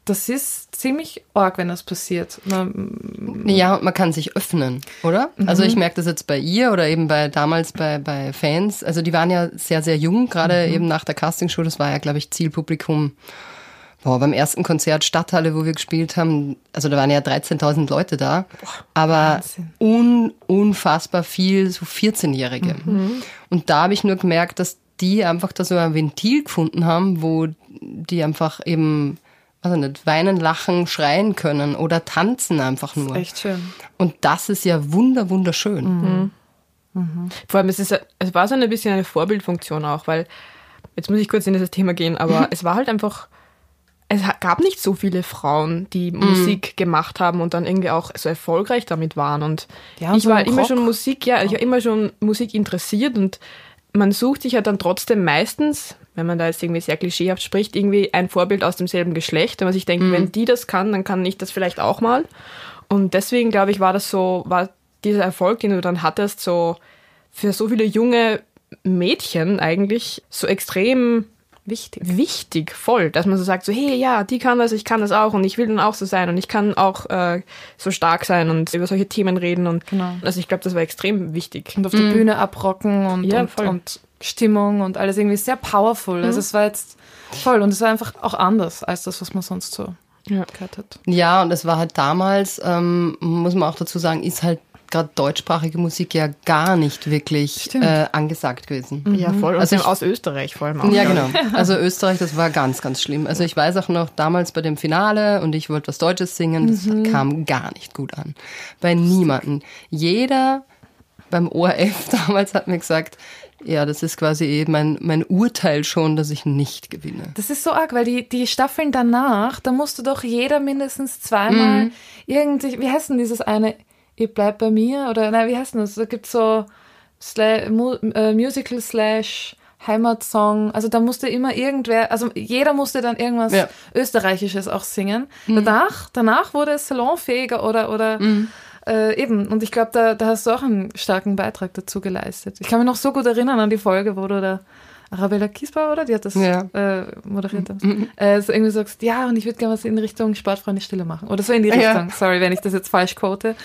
das ist ziemlich arg, wenn das passiert. Man, ja, man kann sich öffnen, oder? Mhm. Also ich merke das jetzt bei ihr oder eben bei damals bei, bei Fans. Also die waren ja sehr, sehr jung, gerade mhm. eben nach der Castingshow. Das war ja, glaube ich, Zielpublikum. Boah, beim ersten Konzert Stadthalle, wo wir gespielt haben, also da waren ja dreizehntausend Leute da, Boah, aber un, unfassbar viel, so vierzehnjährige. Mhm. Und da habe ich nur gemerkt, dass die einfach da so ein Ventil gefunden haben, wo die einfach eben, also nicht, weinen, lachen, schreien können oder tanzen einfach nur. Das ist echt schön. Und das ist ja wunder, wunderschön. Mhm. Mhm. Vor allem, es, ist, es war so ein bisschen eine Vorbildfunktion auch, weil, jetzt muss ich kurz in dieses Thema gehen, aber es war halt einfach, es gab nicht so viele Frauen, die mm. Musik gemacht haben und dann irgendwie auch so erfolgreich damit waren. Und, ja, und ich so war immer Rock. schon Musik, ja, ich war immer schon Musik interessiert und man sucht sich ja dann trotzdem meistens, wenn man da jetzt irgendwie sehr klischeehaft spricht, irgendwie ein Vorbild aus demselben Geschlecht, wenn man sich denkt, mm. wenn die das kann, dann kann ich das vielleicht auch mal. Und deswegen, glaube ich, war das so, war dieser Erfolg, den du dann hattest, so für so viele junge Mädchen eigentlich so extrem Wichtig. Wichtig, voll, dass man so sagt, so hey, ja, die kann das, ich kann das auch und ich will dann auch so sein und ich kann auch äh, so stark sein und über solche Themen reden und genau. Also ich glaube, das war extrem wichtig. Und auf der mhm. Bühne abrocken und, ja, und, und Stimmung und alles irgendwie sehr powerful. Mhm. Also es war jetzt voll und es war einfach auch anders als das, was man sonst so ja. gehört hat. Ja, und es war halt damals, ähm, muss man auch dazu sagen, ist halt gerade deutschsprachige Musik ja gar nicht wirklich äh, angesagt gewesen. Mhm. Ja, voll. Und also ich, aus Österreich vor allem auch. Ja, genau. Also Österreich, das war ganz, ganz schlimm. Also ich weiß auch noch, damals bei dem Finale und ich wollte was Deutsches singen, das mhm. kam gar nicht gut an. Bei niemandem. Jeder beim O R F damals hat mir gesagt, ja, das ist quasi eben mein, mein Urteil schon, dass ich nicht gewinne. Das ist so arg, weil die, die Staffeln danach, da musste doch jeder mindestens zweimal mhm. irgendwie, wie heißt denn dieses eine... Ich bleib bei mir, oder nein, wie heißt das? Da gibt es so Sla- Mu- äh, Musical slash Heimatsong, also da musste immer irgendwer, also jeder musste dann irgendwas ja. Österreichisches auch singen. Mhm. Danach, danach wurde es salonfähiger oder, oder mhm. äh, eben, und ich glaube, da, da hast du auch einen starken Beitrag dazu geleistet. Ich kann mich noch so gut erinnern an die Folge, wo du da Arabella Kiesbauer, oder? Die hat das ja. äh, moderiert. Mhm. Äh, so irgendwie sagst, ja, und ich würde gerne was in Richtung Sportfreunde Stille machen. Oder so in die Richtung. Ja. Sorry, wenn ich das jetzt falsch quote.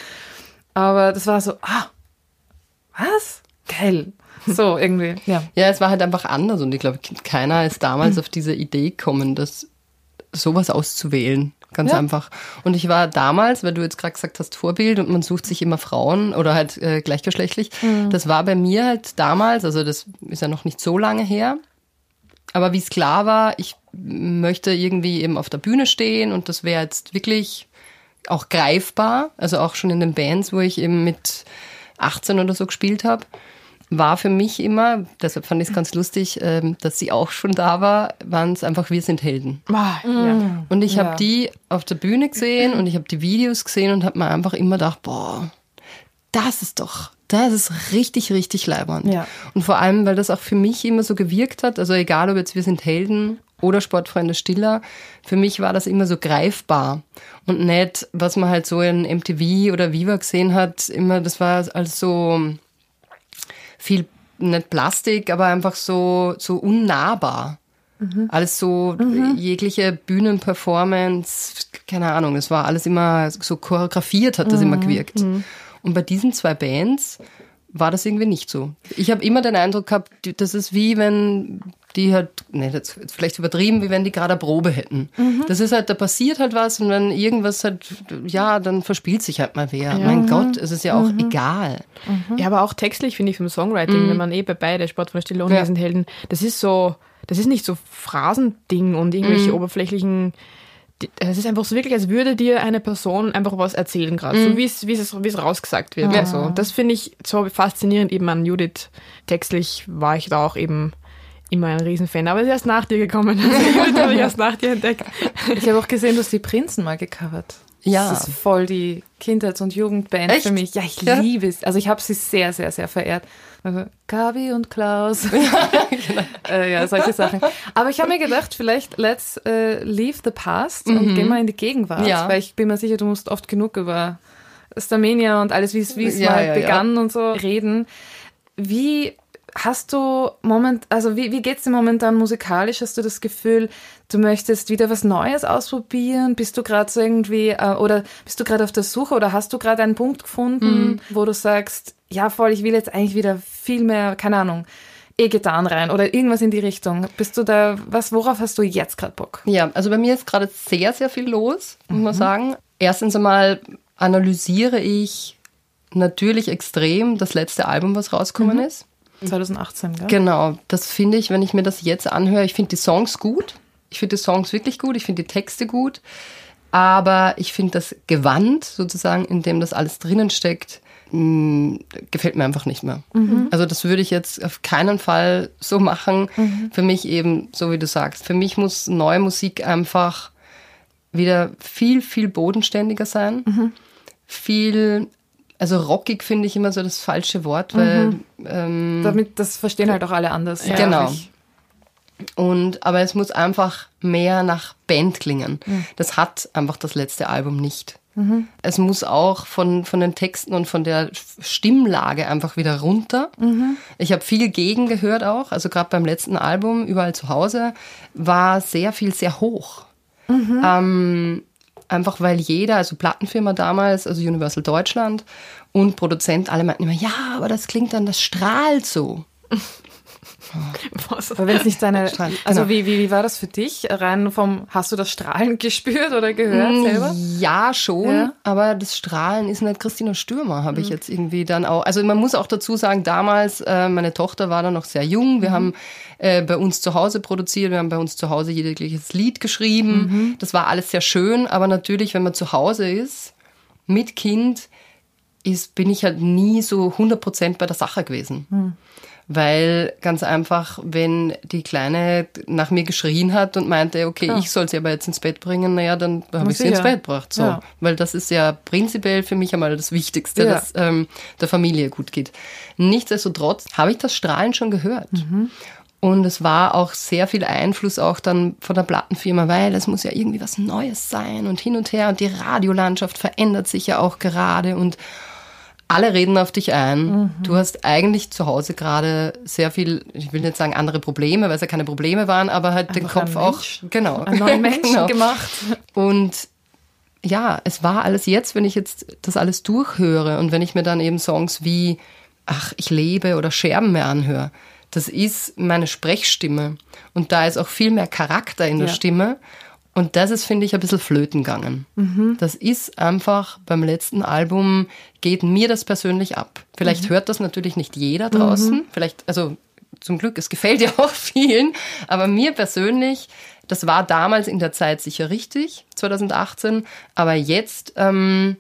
Aber das war so, ah, was? Geil. So, irgendwie, ja. Ja, es war halt einfach anders und ich glaube, keiner ist damals mhm. auf diese Idee gekommen, das sowas auszuwählen. Ganz ja. einfach. Und ich war damals, weil du jetzt gerade gesagt hast, Vorbild und man sucht sich immer Frauen oder halt äh, gleichgeschlechtlich. Mhm. Das war bei mir halt damals, also das ist ja noch nicht so lange her. Aber wie es klar war, ich möchte irgendwie eben auf der Bühne stehen und das wäre jetzt wirklich auch greifbar. Also auch schon in den Bands, wo ich eben mit achtzehn oder so gespielt habe, war für mich immer, deshalb fand ich es ganz lustig, ähm, dass sie auch schon da war, waren es einfach Wir sind Helden. Ah, ja. Und ich habe ja. die auf der Bühne gesehen und ich habe die Videos gesehen und habe mir einfach immer gedacht, boah, das ist doch, das ist richtig, richtig leibernd. Ja. Und vor allem, weil das auch für mich immer so gewirkt hat, also egal ob jetzt Wir sind Helden oder Sportfreunde Stiller, für mich war das immer so greifbar und nicht, was man halt so in M T V oder Viva gesehen hat, immer, das war als so viel, nicht Plastik, aber einfach so, so unnahbar. Mhm. Alles so, mhm. jegliche Bühnenperformance, keine Ahnung, es war alles immer so choreografiert, hat das mhm. immer gewirkt. Mhm. Und bei diesen zwei Bands war das irgendwie nicht so. Ich habe immer den Eindruck gehabt, das ist wie wenn die halt, ne, jetzt, jetzt vielleicht übertrieben, wie wenn die gerade eine Probe hätten. Mhm. Das ist halt, da passiert halt was und wenn irgendwas halt, ja, dann verspielt sich halt mal wer. Ja. Mein mhm. Gott, es ist ja auch mhm. egal. Mhm. Ja, aber auch textlich finde ich vom Songwriting, mhm. wenn man eh bei beide, Sportfreunde Stille und Wir sind Helden, das ist so, das ist nicht so Phrasending und irgendwelche mhm. oberflächlichen, es ist einfach so wirklich, als würde dir eine Person einfach was erzählen gerade, mhm. so wie es, wie es, wie es rausgesagt wird. Ja. Also, das finde ich so faszinierend eben an Judith. Textlich war ich da auch eben immer ein Riesenfan, aber sie ist erst nach dir gekommen. Also Judith habe ich erst nach dir entdeckt. Ich habe auch gesehen, du hast die Prinzen mal gecovert. Ja. Das ist voll die Kindheits- und Jugendband Echt? Für mich. Ja, ich ja. liebe es. Also ich habe sie sehr, sehr, sehr verehrt. Also Gabi und Klaus. Ja, genau. äh, ja, solche Sachen. Aber ich habe mir gedacht, vielleicht let's uh, leave the past mhm. und gehen mal in die Gegenwart. Ja. Weil ich bin mir sicher, du musst oft genug über Starmania und alles, wie es ja, mal ja, begann ja. und so reden. Wie Hast du moment, also wie, wie geht's dir momentan musikalisch? Hast du das Gefühl, du möchtest wieder was Neues ausprobieren? Bist du gerade so irgendwie, äh, oder bist du gerade auf der Suche oder hast du gerade einen Punkt gefunden, mhm. wo du sagst, ja voll, ich will jetzt eigentlich wieder viel mehr, keine Ahnung, E-Gitarren rein oder irgendwas in die Richtung. Bist du da, was, worauf hast du jetzt gerade Bock? Ja, also bei mir ist gerade sehr, sehr viel los, muss mhm. man sagen. Erstens einmal analysiere ich natürlich extrem das letzte Album, was rausgekommen mhm. ist. zwanzig achtzehn, gell? Genau, das finde ich, wenn ich mir das jetzt anhöre, ich finde die Songs gut. Ich finde die Songs wirklich gut, ich finde die Texte gut. Aber ich finde das Gewand sozusagen, in dem das alles drinnen steckt, mh, gefällt mir einfach nicht mehr. Mhm. Also das würde ich jetzt auf keinen Fall so machen. Mhm. Für mich eben, so wie du sagst, für mich muss neue Musik einfach wieder viel, viel bodenständiger sein. Mhm. Viel, also rockig finde ich immer so das falsche Wort, weil... Mhm. Ähm, Damit, das verstehen halt auch alle anders. Ja, genau. Und, aber es muss einfach mehr nach Band klingen. Mhm. Das hat einfach das letzte Album nicht. Mhm. Es muss auch von, von den Texten und von der Stimmlage einfach wieder runter. Mhm. Ich habe viel gegen gehört auch, also gerade beim letzten Album, Überall zu Hause, war sehr viel sehr hoch. Mhm. Ähm, einfach weil jeder, also Plattenfirma damals, also Universal Deutschland und Produzent, alle meinten immer, ja, aber das klingt dann, das strahlt so. Aber wenn es nicht deine, also genau. wie, wie, wie war das für dich? Rein vom, hast du das Strahlen gespürt oder gehört selber? Ja, schon, ja. Aber das Strahlen ist nicht Christina Stürmer, habe mhm. ich jetzt irgendwie dann auch. Also man muss auch dazu sagen, damals, äh, meine Tochter war da noch sehr jung, wir mhm. haben äh, bei uns zu Hause produziert, wir haben bei uns zu Hause jegliches Lied geschrieben, mhm. das war alles sehr schön, aber natürlich, wenn man zu Hause ist, mit Kind, ist, bin ich halt nie so hundert Prozent bei der Sache gewesen. Mhm. Weil ganz einfach, wenn die Kleine nach mir geschrien hat und meinte, okay, ja. ich soll sie aber jetzt ins Bett bringen, naja, dann habe ich sie ins Bett gebracht. So. Ja. Weil das ist ja prinzipiell für mich einmal das Wichtigste, ja. dass ähm, der Familie gut geht. Nichtsdestotrotz habe ich das Strahlen schon gehört. Mhm. Und es war auch sehr viel Einfluss auch dann von der Plattenfirma, weil es muss ja irgendwie was Neues sein und hin und her. Und die Radiolandschaft verändert sich ja auch gerade und alle reden auf dich ein. Mhm. Du hast eigentlich zu Hause gerade sehr viel, ich will nicht sagen andere Probleme, weil es ja keine Probleme waren, aber halt einfach den Kopf auch, genau. Einen neuen Menschen genau. gemacht. Und ja, es war alles jetzt, wenn ich jetzt das alles durchhöre und wenn ich mir dann eben Songs wie Ach, ich lebe oder Scherben mehr anhöre, das ist meine Sprechstimme. Und da ist auch viel mehr Charakter in der ja. Stimme. Und das ist, finde ich, ein bisschen flöten gegangen. Mhm. Das ist einfach, beim letzten Album geht mir das persönlich ab. Vielleicht mhm. hört das natürlich nicht jeder draußen. Mhm. Vielleicht, also zum Glück, es gefällt ja auch vielen. Aber mir persönlich, das war damals in der Zeit sicher richtig, zwanzig achtzehn. Aber jetzt ähm,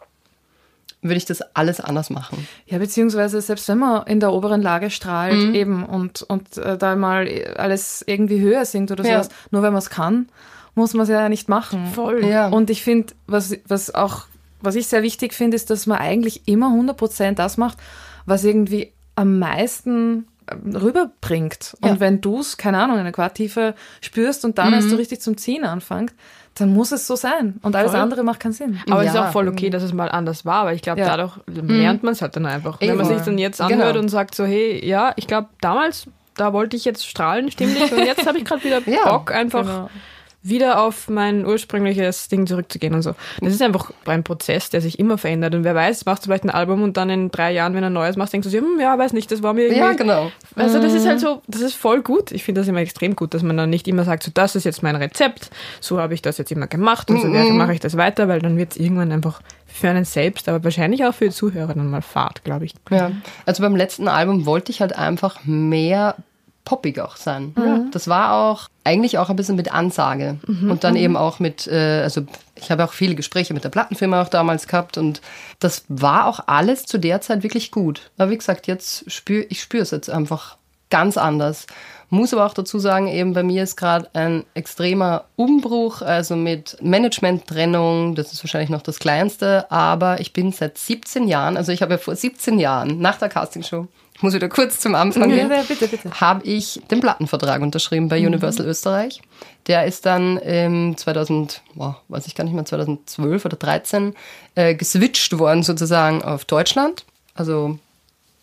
würde ich das alles anders machen. Ja, beziehungsweise selbst wenn man in der oberen Lage strahlt mhm. eben und, und äh, da mal alles irgendwie höher singt oder sowas, ja. nur wenn man es kann, muss man es ja nicht machen. Voll. Ja. Und ich finde, was, was auch, was ich sehr wichtig finde, ist, dass man eigentlich immer hundert Prozent das macht, was irgendwie am meisten rüberbringt. Und ja. wenn du es, keine Ahnung, in der Quarttiefe spürst und dann mhm. erst so richtig zum Ziehen anfängt, dann muss es so sein. Und alles voll. Andere macht keinen Sinn. Aber ja. es ist auch voll okay, dass es mal anders war, weil ich glaube, ja. dadurch lernt man es halt dann einfach. Eben. Wenn man sich dann jetzt anhört genau. und sagt so, hey, ja, ich glaube, damals, da wollte ich jetzt strahlen, stimmlich, und jetzt habe ich gerade wieder ja. Bock, einfach genau. wieder auf mein ursprüngliches Ding zurückzugehen und so. Das ist einfach ein Prozess, der sich immer verändert. Und wer weiß, machst du vielleicht ein Album und dann in drei Jahren, wenn du ein neues machst, denkst du, hm, ja, weiß nicht, das war mir irgendwie... Ja, genau. Also das ist halt so, das ist voll gut. Ich finde das immer extrem gut, dass man dann nicht immer sagt, so, das ist jetzt mein Rezept, so habe ich das jetzt immer gemacht und so mm-hmm. mache ich das weiter, weil dann wird es irgendwann einfach für einen selbst, aber wahrscheinlich auch für die Zuhörer dann mal Fahrt, glaube ich. Ja, also beim letzten Album wollte ich halt einfach mehr poppig auch sein. Mhm. Das war auch eigentlich auch ein bisschen mit Ansage mhm. und dann mhm. eben auch mit, äh, also ich habe auch viele Gespräche mit der Plattenfirma auch damals gehabt und das war auch alles zu der Zeit wirklich gut. Aber wie gesagt, jetzt spür ich spüre es jetzt einfach ganz anders. Muss aber auch dazu sagen, eben bei mir ist gerade ein extremer Umbruch, also mit Management-Trennung, das ist wahrscheinlich noch das Kleinste, aber ich bin seit siebzehn Jahren, also ich habe ja vor siebzehn Jahren nach der Castingshow, ich muss wieder kurz zum Anfang gehen, ja, bitte, bitte. habe ich den Plattenvertrag unterschrieben bei Universal mhm. Österreich. Der ist dann im zweitausend, wow, weiß ich gar nicht mehr, zweitausendzwölf oder dreizehn äh, geswitcht worden sozusagen auf Deutschland. Also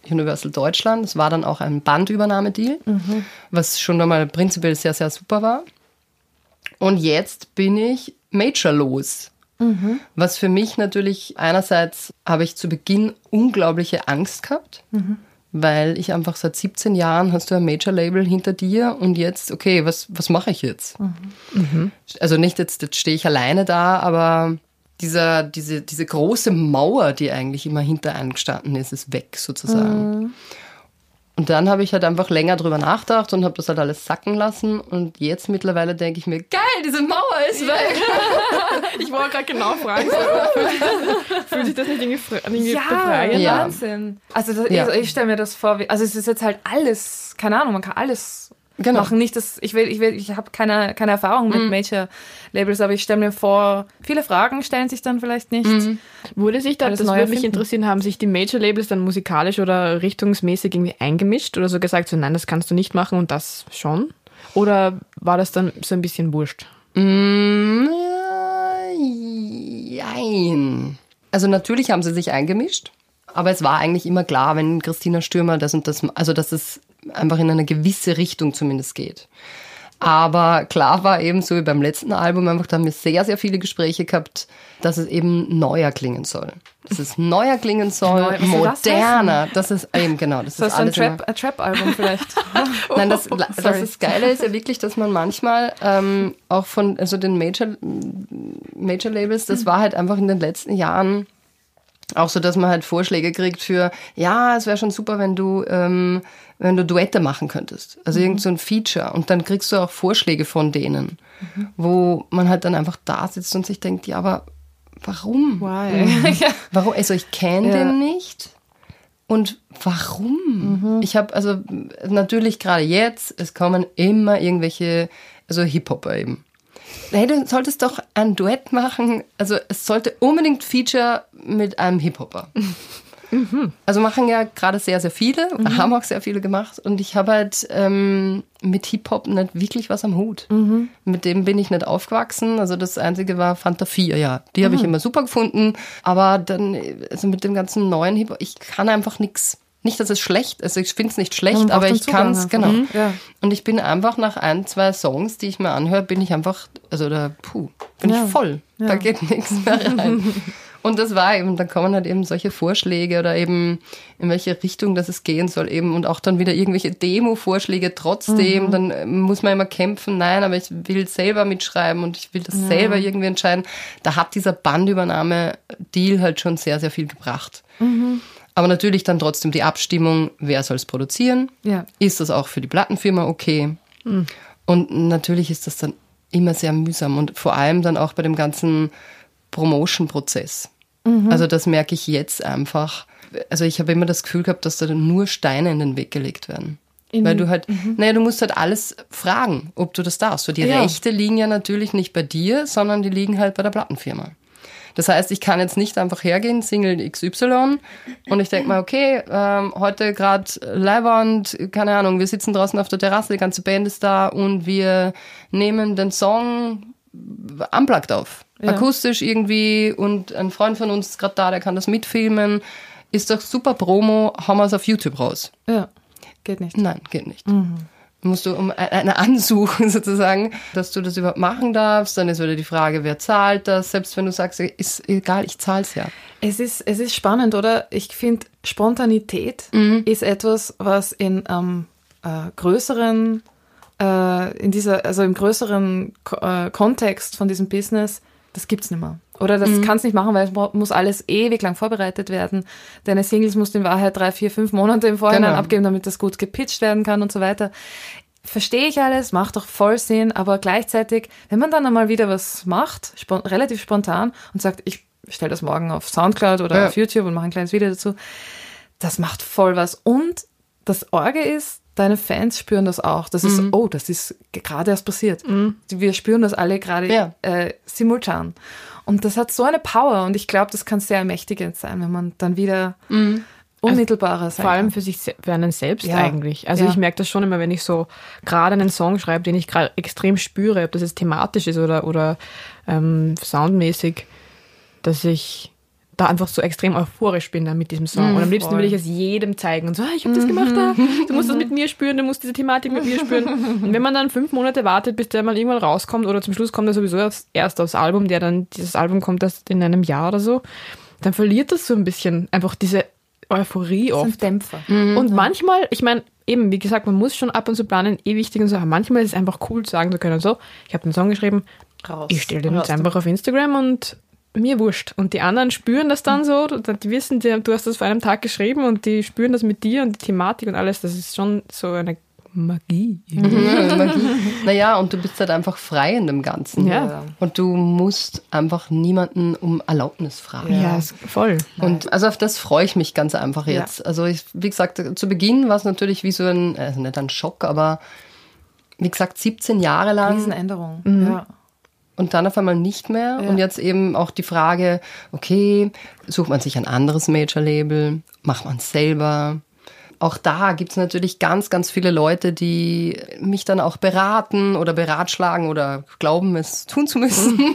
Universal Deutschland. Das war dann auch ein Bandübernahmedeal, mhm. was schon einmal prinzipiell sehr, sehr super war. Und jetzt bin ich majorlos. Mhm. Was für mich natürlich, einerseits habe ich zu Beginn unglaubliche Angst gehabt, mhm. weil ich einfach seit siebzehn Jahren hast du ein Major-Label hinter dir und jetzt, okay, was, was mache ich jetzt? Mhm. Mhm. Also nicht jetzt, jetzt stehe ich alleine da, aber dieser, diese, diese große Mauer, die eigentlich immer hinter einem gestanden ist, ist weg sozusagen. Mhm. Und dann habe ich halt einfach länger drüber nachgedacht und habe das halt alles sacken lassen. Und jetzt mittlerweile denke ich mir, geil, diese Mauer ist weg. Ich wollte gerade genau fragen, so, fühlt sich das nicht irgendwie, irgendwie ja, befreiend? Ja, Wahnsinn. Also das, ja. ich, ich stelle mir das vor, wie, also es ist jetzt halt alles, keine Ahnung, man kann alles genau. machen. Nicht, dass ich will, ich will, ich habe keine, keine Erfahrung mit mm. Major-Labels, aber ich stelle mir vor, viele Fragen stellen sich dann vielleicht nicht. Mm. Wurde sich da, das würde mich interessieren, haben sich die Major-Labels dann musikalisch oder richtungsmäßig irgendwie eingemischt oder so gesagt, so nein, das kannst du nicht machen und das schon? Oder war das dann so ein bisschen wurscht? Mm, jein. Also natürlich haben sie sich eingemischt, aber es war eigentlich immer klar, wenn Christina Stürmer das und das, also dass es einfach in eine gewisse Richtung zumindest geht. Aber klar war eben so wie beim letzten Album, einfach da haben wir sehr, sehr viele Gespräche gehabt, dass es eben neuer klingen soll. Dass es neuer klingen soll, Neu, moderner. Das, das ist eben, genau. Das, das ist alles ein Trap, ein Trap-Album vielleicht. Nein, das, das, das Geile ist ja wirklich, dass man manchmal ähm, auch von also den Major, Major-Labels, das war halt einfach in den letzten Jahren auch so, dass man halt Vorschläge kriegt für, ja, es wäre schon super, wenn du, ähm, wenn du Duette machen könntest. Also mhm. irgend so ein Feature. Und dann kriegst du auch Vorschläge von denen, mhm. wo man halt dann einfach da sitzt und sich denkt, ja, aber warum? Why? Warum? Also ich kenne ja. den nicht. Und warum? Mhm. Ich habe also natürlich gerade jetzt, es kommen immer irgendwelche, also Hip-Hopper eben. Hey, du solltest doch ein Duett machen. Also es sollte unbedingt Feature mit einem Hip-Hopper. Mhm. Also machen ja gerade sehr, sehr viele, mhm. haben auch sehr viele gemacht. Und ich habe halt ähm, mit Hip-Hop nicht wirklich was am Hut. Mhm. Mit dem bin ich nicht aufgewachsen. Also das Einzige war Fanta vier, ja. Die habe mhm. ich immer super gefunden. Aber dann, also mit dem ganzen neuen Hip-Hop, ich kann einfach nichts. Nicht, dass es schlecht, also ich finde es nicht schlecht, aber ich kann es, genau. Mhm, ja. Und ich bin einfach nach ein, zwei Songs, die ich mir anhöre, bin ich einfach, also da, puh, bin ja. ich voll. Ja. Da geht nichts mehr rein. Und das war eben, dann kommen halt eben solche Vorschläge oder eben in welche Richtung das es gehen soll eben und auch dann wieder irgendwelche Demo-Vorschläge trotzdem, mhm. dann muss man immer kämpfen, nein, aber ich will selber mitschreiben und ich will das ja. selber irgendwie entscheiden. Da hat dieser Bandübernahme-Deal halt schon sehr, sehr viel gebracht. Mhm. Aber natürlich dann trotzdem die Abstimmung, wer soll es produzieren? Ja. Ist das auch für die Plattenfirma okay? Mhm. Und natürlich ist das dann immer sehr mühsam und vor allem dann auch bei dem ganzen Promotion-Prozess. Mhm. Also das merke ich jetzt einfach. Also ich habe immer das Gefühl gehabt, dass da nur Steine in den Weg gelegt werden. In, Weil du halt, mhm. naja, du musst halt alles fragen, ob du das darfst. So, die ja. Rechte liegen ja natürlich nicht bei dir, sondern die liegen halt bei der Plattenfirma. Das heißt, ich kann jetzt nicht einfach hergehen, Single X Y, und ich denke mal, okay, ähm, heute gerade Leihwand, keine Ahnung, wir sitzen draußen auf der Terrasse, die ganze Band ist da und wir nehmen den Song unplugged auf. Ja. Akustisch irgendwie und ein Freund von uns ist gerade da, der kann das mitfilmen. Ist doch super Promo, hauen wir es auf YouTube raus. Ja, geht nicht. Nein, geht nicht. Mhm. Musst du um eine ansuchen sozusagen, dass du das überhaupt machen darfst. Dann ist wieder die Frage, wer zahlt das? Selbst wenn du sagst, ist egal, ich zahle es ja. Es ist, es ist spannend, oder? Ich finde, Spontanität mhm. ist etwas, was in ähm, äh, größeren, äh, in dieser, also im größeren Ko- äh, Kontext von diesem Business, das gibt's nicht mehr. Oder das mhm. kannst nicht machen, weil es muss alles ewig lang vorbereitet werden. Deine Singles musst du in Wahrheit drei, vier, fünf Monate im Vorhinein genau. abgeben, damit das gut gepitcht werden kann und so weiter. Verstehe ich alles, macht doch voll Sinn, aber gleichzeitig, wenn man dann einmal wieder was macht, spon- relativ spontan und sagt, ich stelle das morgen auf Soundcloud oder ja. auf YouTube und mache ein kleines Video dazu, das macht voll was. Und das Orge ist, deine Fans spüren das auch. Das ist, mhm. oh, das ist gerade erst passiert. Mhm. Wir spüren das alle gerade ja. äh, simultan. Und das hat so eine Power und ich glaube, das kann sehr ermächtigend sein, wenn man dann wieder mhm. unmittelbarer also, sein Vor allem kann. für sich, für einen selbst ja. eigentlich. Also ja. ich merke das schon immer, wenn ich so gerade einen Song schreibe, den ich gerade extrem spüre, ob das jetzt thematisch ist oder, oder ähm, soundmäßig, dass ich da einfach so extrem euphorisch bin dann mit diesem Song. Mm, und am liebsten voll. will ich es jedem zeigen und so, ich habe das gemacht, da. Du musst das mit mir spüren, du musst diese Thematik mit mir spüren. Und wenn man dann fünf Monate wartet, bis der mal irgendwann rauskommt oder zum Schluss kommt er sowieso erst aufs Album, der dann, dieses Album kommt erst in einem Jahr oder so, dann verliert das so ein bisschen einfach diese Euphorie oft. Das ist ein Dämpfer. Und manchmal, ich meine, eben, wie gesagt, man muss schon ab und zu planen, eh wichtig und so, aber manchmal ist es einfach cool zu sagen zu können, so, ich habe einen Song geschrieben, Raus. ich stelle den Raus jetzt einfach auf Instagram und mir wurscht. Und die anderen spüren das dann so, die wissen, die, du hast das vor einem Tag geschrieben und die spüren das mit dir und die Thematik und alles, das ist schon so eine Magie. Ja, Magie. Naja, und du bist halt einfach frei in dem Ganzen. Ja. Und du musst einfach niemanden um Erlaubnis fragen. Ja, ist voll. Und also auf das freue ich mich ganz einfach jetzt. Ja. Also ich, wie gesagt, zu Beginn war es natürlich wie so ein, also nicht ein Schock, aber wie gesagt, siebzehn Jahre lang. Riesenänderung. Mhm. Ja. Und dann auf einmal nicht mehr. Ja. Und jetzt eben auch die Frage, okay, sucht man sich ein anderes Major-Label? Macht man es selber? Auch da gibt es natürlich ganz, ganz viele Leute, die mich dann auch beraten oder beratschlagen oder glauben, es tun zu müssen.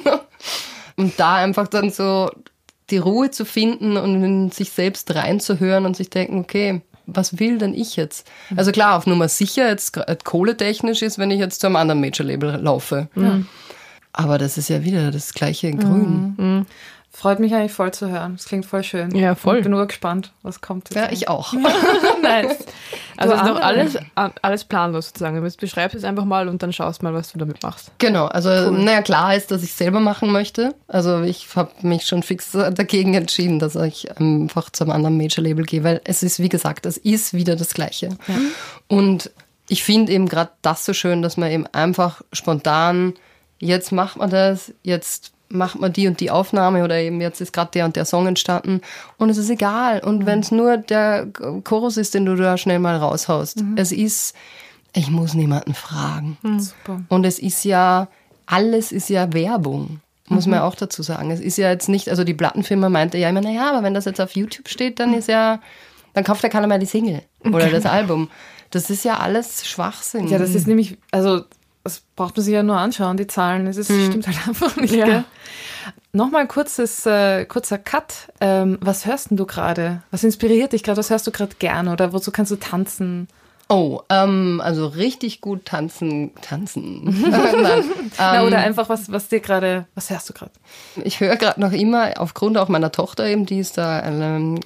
Und da einfach dann so die Ruhe zu finden und in sich selbst reinzuhören und sich denken, okay, was will denn ich jetzt? Also klar, auf Nummer sicher, jetzt kohletechnisch ist, wenn ich jetzt zu einem anderen Major-Label laufe. Ja. Aber das ist ja wieder das gleiche in Grün. Mhm. Freut mich eigentlich voll zu hören. Das klingt voll schön. Ja, voll. Ich bin nur gespannt, was kommt jetzt. Ja, ich auch. Nice. Also Du ist noch andere? alles, alles planlos sozusagen. Du beschreibst es einfach mal und dann schaust mal, was du damit machst. Genau, also naja, klar ist, dass ich selber machen möchte. Also ich habe mich schon fix dagegen entschieden, dass ich einfach zum anderen Major-Label gehe, weil es ist, wie gesagt, es ist wieder das Gleiche. Ja. Und ich finde eben gerade das so schön, dass man eben einfach spontan, jetzt macht man das, jetzt macht man die und die Aufnahme oder eben jetzt ist gerade der und der Song entstanden und es ist egal. Und wenn es nur der Chorus ist, den du da schnell mal raushaust. Mhm. Es ist, ich muss niemanden fragen. Mhm. Super. Und es ist ja, alles ist ja Werbung, muss Mhm. man auch dazu sagen. Es ist ja jetzt nicht, also die Plattenfirma meinte ja immer, naja, aber wenn das jetzt auf YouTube steht, dann ist ja, dann kauft ja keiner mehr die Single oder das Album. Das ist ja alles Schwachsinn. Ja, das ist nämlich, also das braucht man sich ja nur anschauen, die Zahlen. Es ist, Mhm. stimmt halt einfach nicht. Ja. Gell? Nochmal kurzes, äh, kurzer Cut. Ähm, was hörst denn du gerade? Was inspiriert dich gerade? Was hörst du gerade gern? Oder wozu kannst du tanzen? Oh, ähm, also richtig gut tanzen, tanzen. Nein, Ja, ähm, oder einfach, was, was dir gerade, was hörst du gerade? ich höre gerade noch immer, aufgrund auch meiner Tochter eben, die ist da eine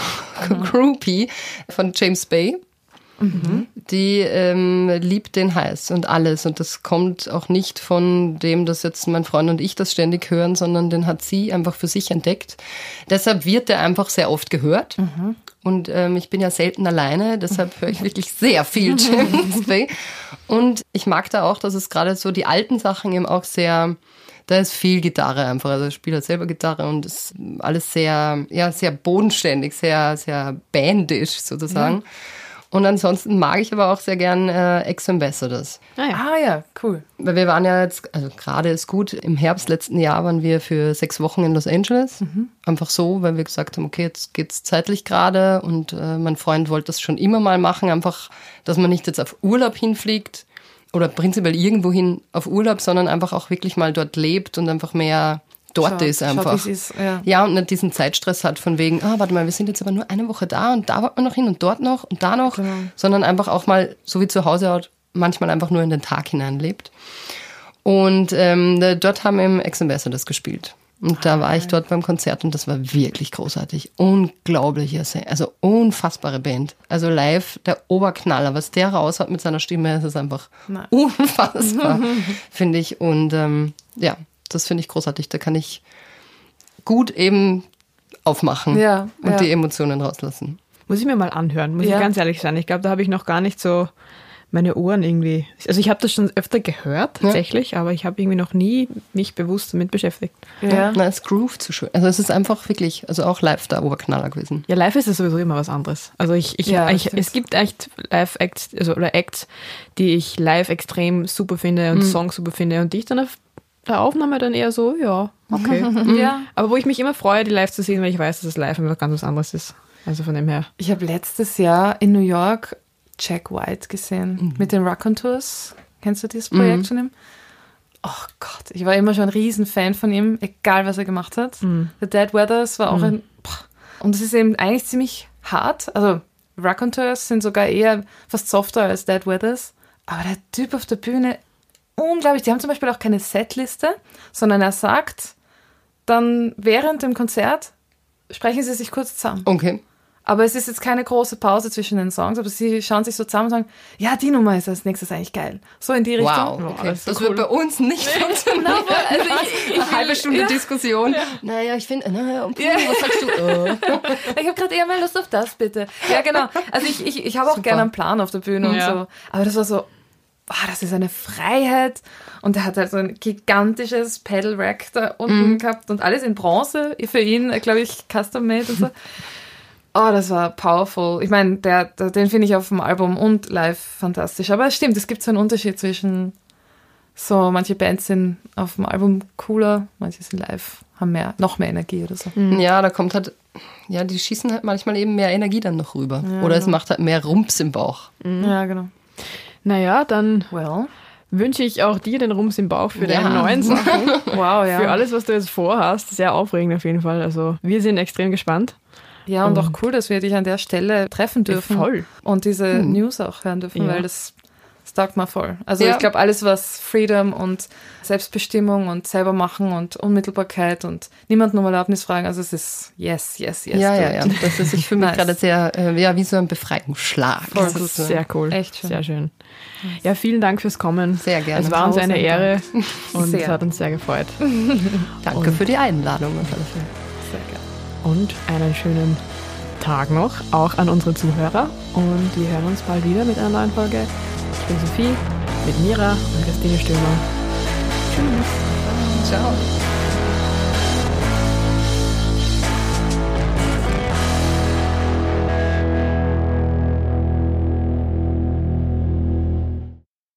Groupie von James Bay. Mhm. Die ähm, liebt den heiß und alles. Und das kommt auch nicht von dem, dass jetzt mein Freund und ich das ständig hören, sondern den hat sie einfach für sich entdeckt. Deshalb wird der einfach sehr oft gehört. Mhm. Und ähm, ich bin ja selten alleine, deshalb höre ich wirklich sehr viel James Bay. Und ich mag da auch, dass es gerade so die alten Sachen eben auch sehr, da ist viel Gitarre einfach. Also ich spiele halt selber Gitarre und es ist alles sehr, ja, sehr bodenständig, sehr, sehr bandisch sozusagen. Mhm. Und ansonsten mag ich aber auch sehr gern äh, Ex-Ambassadors. Ah ja. ah ja, cool. Weil wir waren ja jetzt, also gerade ist gut, im Herbst letzten Jahr waren wir für sechs Wochen in Los Angeles. Mhm. Einfach so, weil wir gesagt haben, okay, jetzt geht's zeitlich gerade und äh, mein Freund wollte das schon immer mal machen, einfach, dass man nicht jetzt auf Urlaub hinfliegt oder prinzipiell irgendwo hin auf Urlaub, sondern einfach auch wirklich mal dort lebt und einfach mehr dort Schau, ist einfach. Schau, ist, ja. ja, und nicht diesen Zeitstress hat von wegen, ah, warte mal, wir sind jetzt aber nur eine Woche da und da wollten wir noch hin und dort noch und da noch, genau. Sondern einfach auch mal, so wie zu Hause halt, manchmal einfach nur in den Tag hineinlebt. Und ähm, dort haben eben Ex-Ambassadors gespielt. Und ah, da war ich dort beim Konzert und das war wirklich großartig. Unglaubliche, also unfassbare Band. Also live der Oberknaller. Was der raus hat mit seiner Stimme, das ist einfach Nein. unfassbar, finde ich. Und ähm, ja, das finde ich großartig. Da kann ich gut eben aufmachen ja, und ja. die Emotionen rauslassen. Muss ich mir mal anhören, muss ja. ich ganz ehrlich sein. Ich glaube, da habe ich noch gar nicht so meine Ohren irgendwie... Also ich habe das schon öfter gehört, tatsächlich, ja. aber ich habe irgendwie noch nie mich bewusst damit beschäftigt. Ja. Na, es groovt so schön. Also es ist einfach wirklich, also auch live der Oberknaller gewesen. Ja, live ist es sowieso immer was anderes. Also ich, ich, ja, ich es gibt echt Live-Acts, also oder Acts, die ich live extrem super finde und mhm. Songs super finde und die ich dann auf der Aufnahme dann eher so, ja, okay. mhm. ja. Aber wo ich mich immer freue, die live zu sehen, weil ich weiß, dass es live immer ganz was anderes ist. Also von dem her. Ich habe letztes Jahr in New York Jack White gesehen mhm. mit den Raconteurs. Kennst du dieses Projekt mhm. schon? Oh Gott, ich war immer schon ein Riesenfan von ihm, egal was er gemacht hat. Mhm. The Dead Weathers war auch mhm. ein... Boah. Und es ist eben eigentlich ziemlich hart. Also Raconteurs sind sogar eher fast softer als Dead Weathers. Aber der Typ auf der Bühne, unglaublich. Die haben zum Beispiel auch keine Setliste, sondern er sagt dann während dem Konzert, sprechen sie sich kurz zusammen. Okay. Aber es ist jetzt keine große Pause zwischen den Songs, aber sie schauen sich so zusammen und sagen, ja, die Nummer ist als nächstes eigentlich geil. So in die Richtung. Wow, okay. Das, das cool. wird bei uns nicht funktionieren. No, also ich, ich, Eine halbe Stunde ja. Diskussion. Ja. Naja, ich finde, naja, ja. was sagst du? Oh. Ich habe gerade eher mal Lust auf das, bitte. Ja, genau. Also ich, ich, ich habe auch gerne einen Plan auf der Bühne ja. und so. Aber das war so, oh, das ist eine Freiheit. Und er hat halt so ein gigantisches Pedal-Rack da unten mhm. gehabt und alles in Bronze. Für ihn, glaube ich, custom-made und so. Oh, das war powerful. Ich meine, der, der, den finde ich auf dem Album und live fantastisch. Aber es stimmt, es gibt so einen Unterschied zwischen so, manche Bands sind auf dem Album cooler, manche sind live, haben mehr, noch mehr Energie oder so. Mhm. Ja, da kommt halt, ja, die schießen halt manchmal eben mehr Energie dann noch rüber. Ja, oder genau. Es macht halt mehr Rums im Bauch. Mhm. Ja, genau. Naja, dann well. wünsche ich auch dir den Rums im Bauch für ja. deine neuen Sachen. Wow, ja. Für alles, was du jetzt vorhast. Sehr aufregend auf jeden Fall. Also wir sind extrem gespannt. Ja, und, und auch cool, dass wir dich an der Stelle treffen dürfen. Voll. Und diese hm. News auch hören dürfen, ja. weil das, das taugt mir voll. Also ja. ich glaube, alles, was Freedom und Selbstbestimmung und selber machen und Unmittelbarkeit und niemanden um Erlaubnis fragen, also es ist yes, yes, yes. Ja, ja, ja. Das ist, ich fühle mich nice. gerade sehr, äh, ja, wie so ein Befreiungsschlag. Voll. Das ist sehr cool. Echt schön. Sehr schön. Ja, vielen Dank fürs Kommen. Sehr gerne. Es war uns eine Ehre und sehr. Es hat uns sehr gefreut. Danke und für die Einladung. Sehr gerne. Und einen schönen Tag noch, auch an unsere Zuhörer. Und wir hören uns bald wieder mit einer neuen Folge. Ich bin Sophie, mit Mira und Christine Stürmer. Tschüss. Ciao.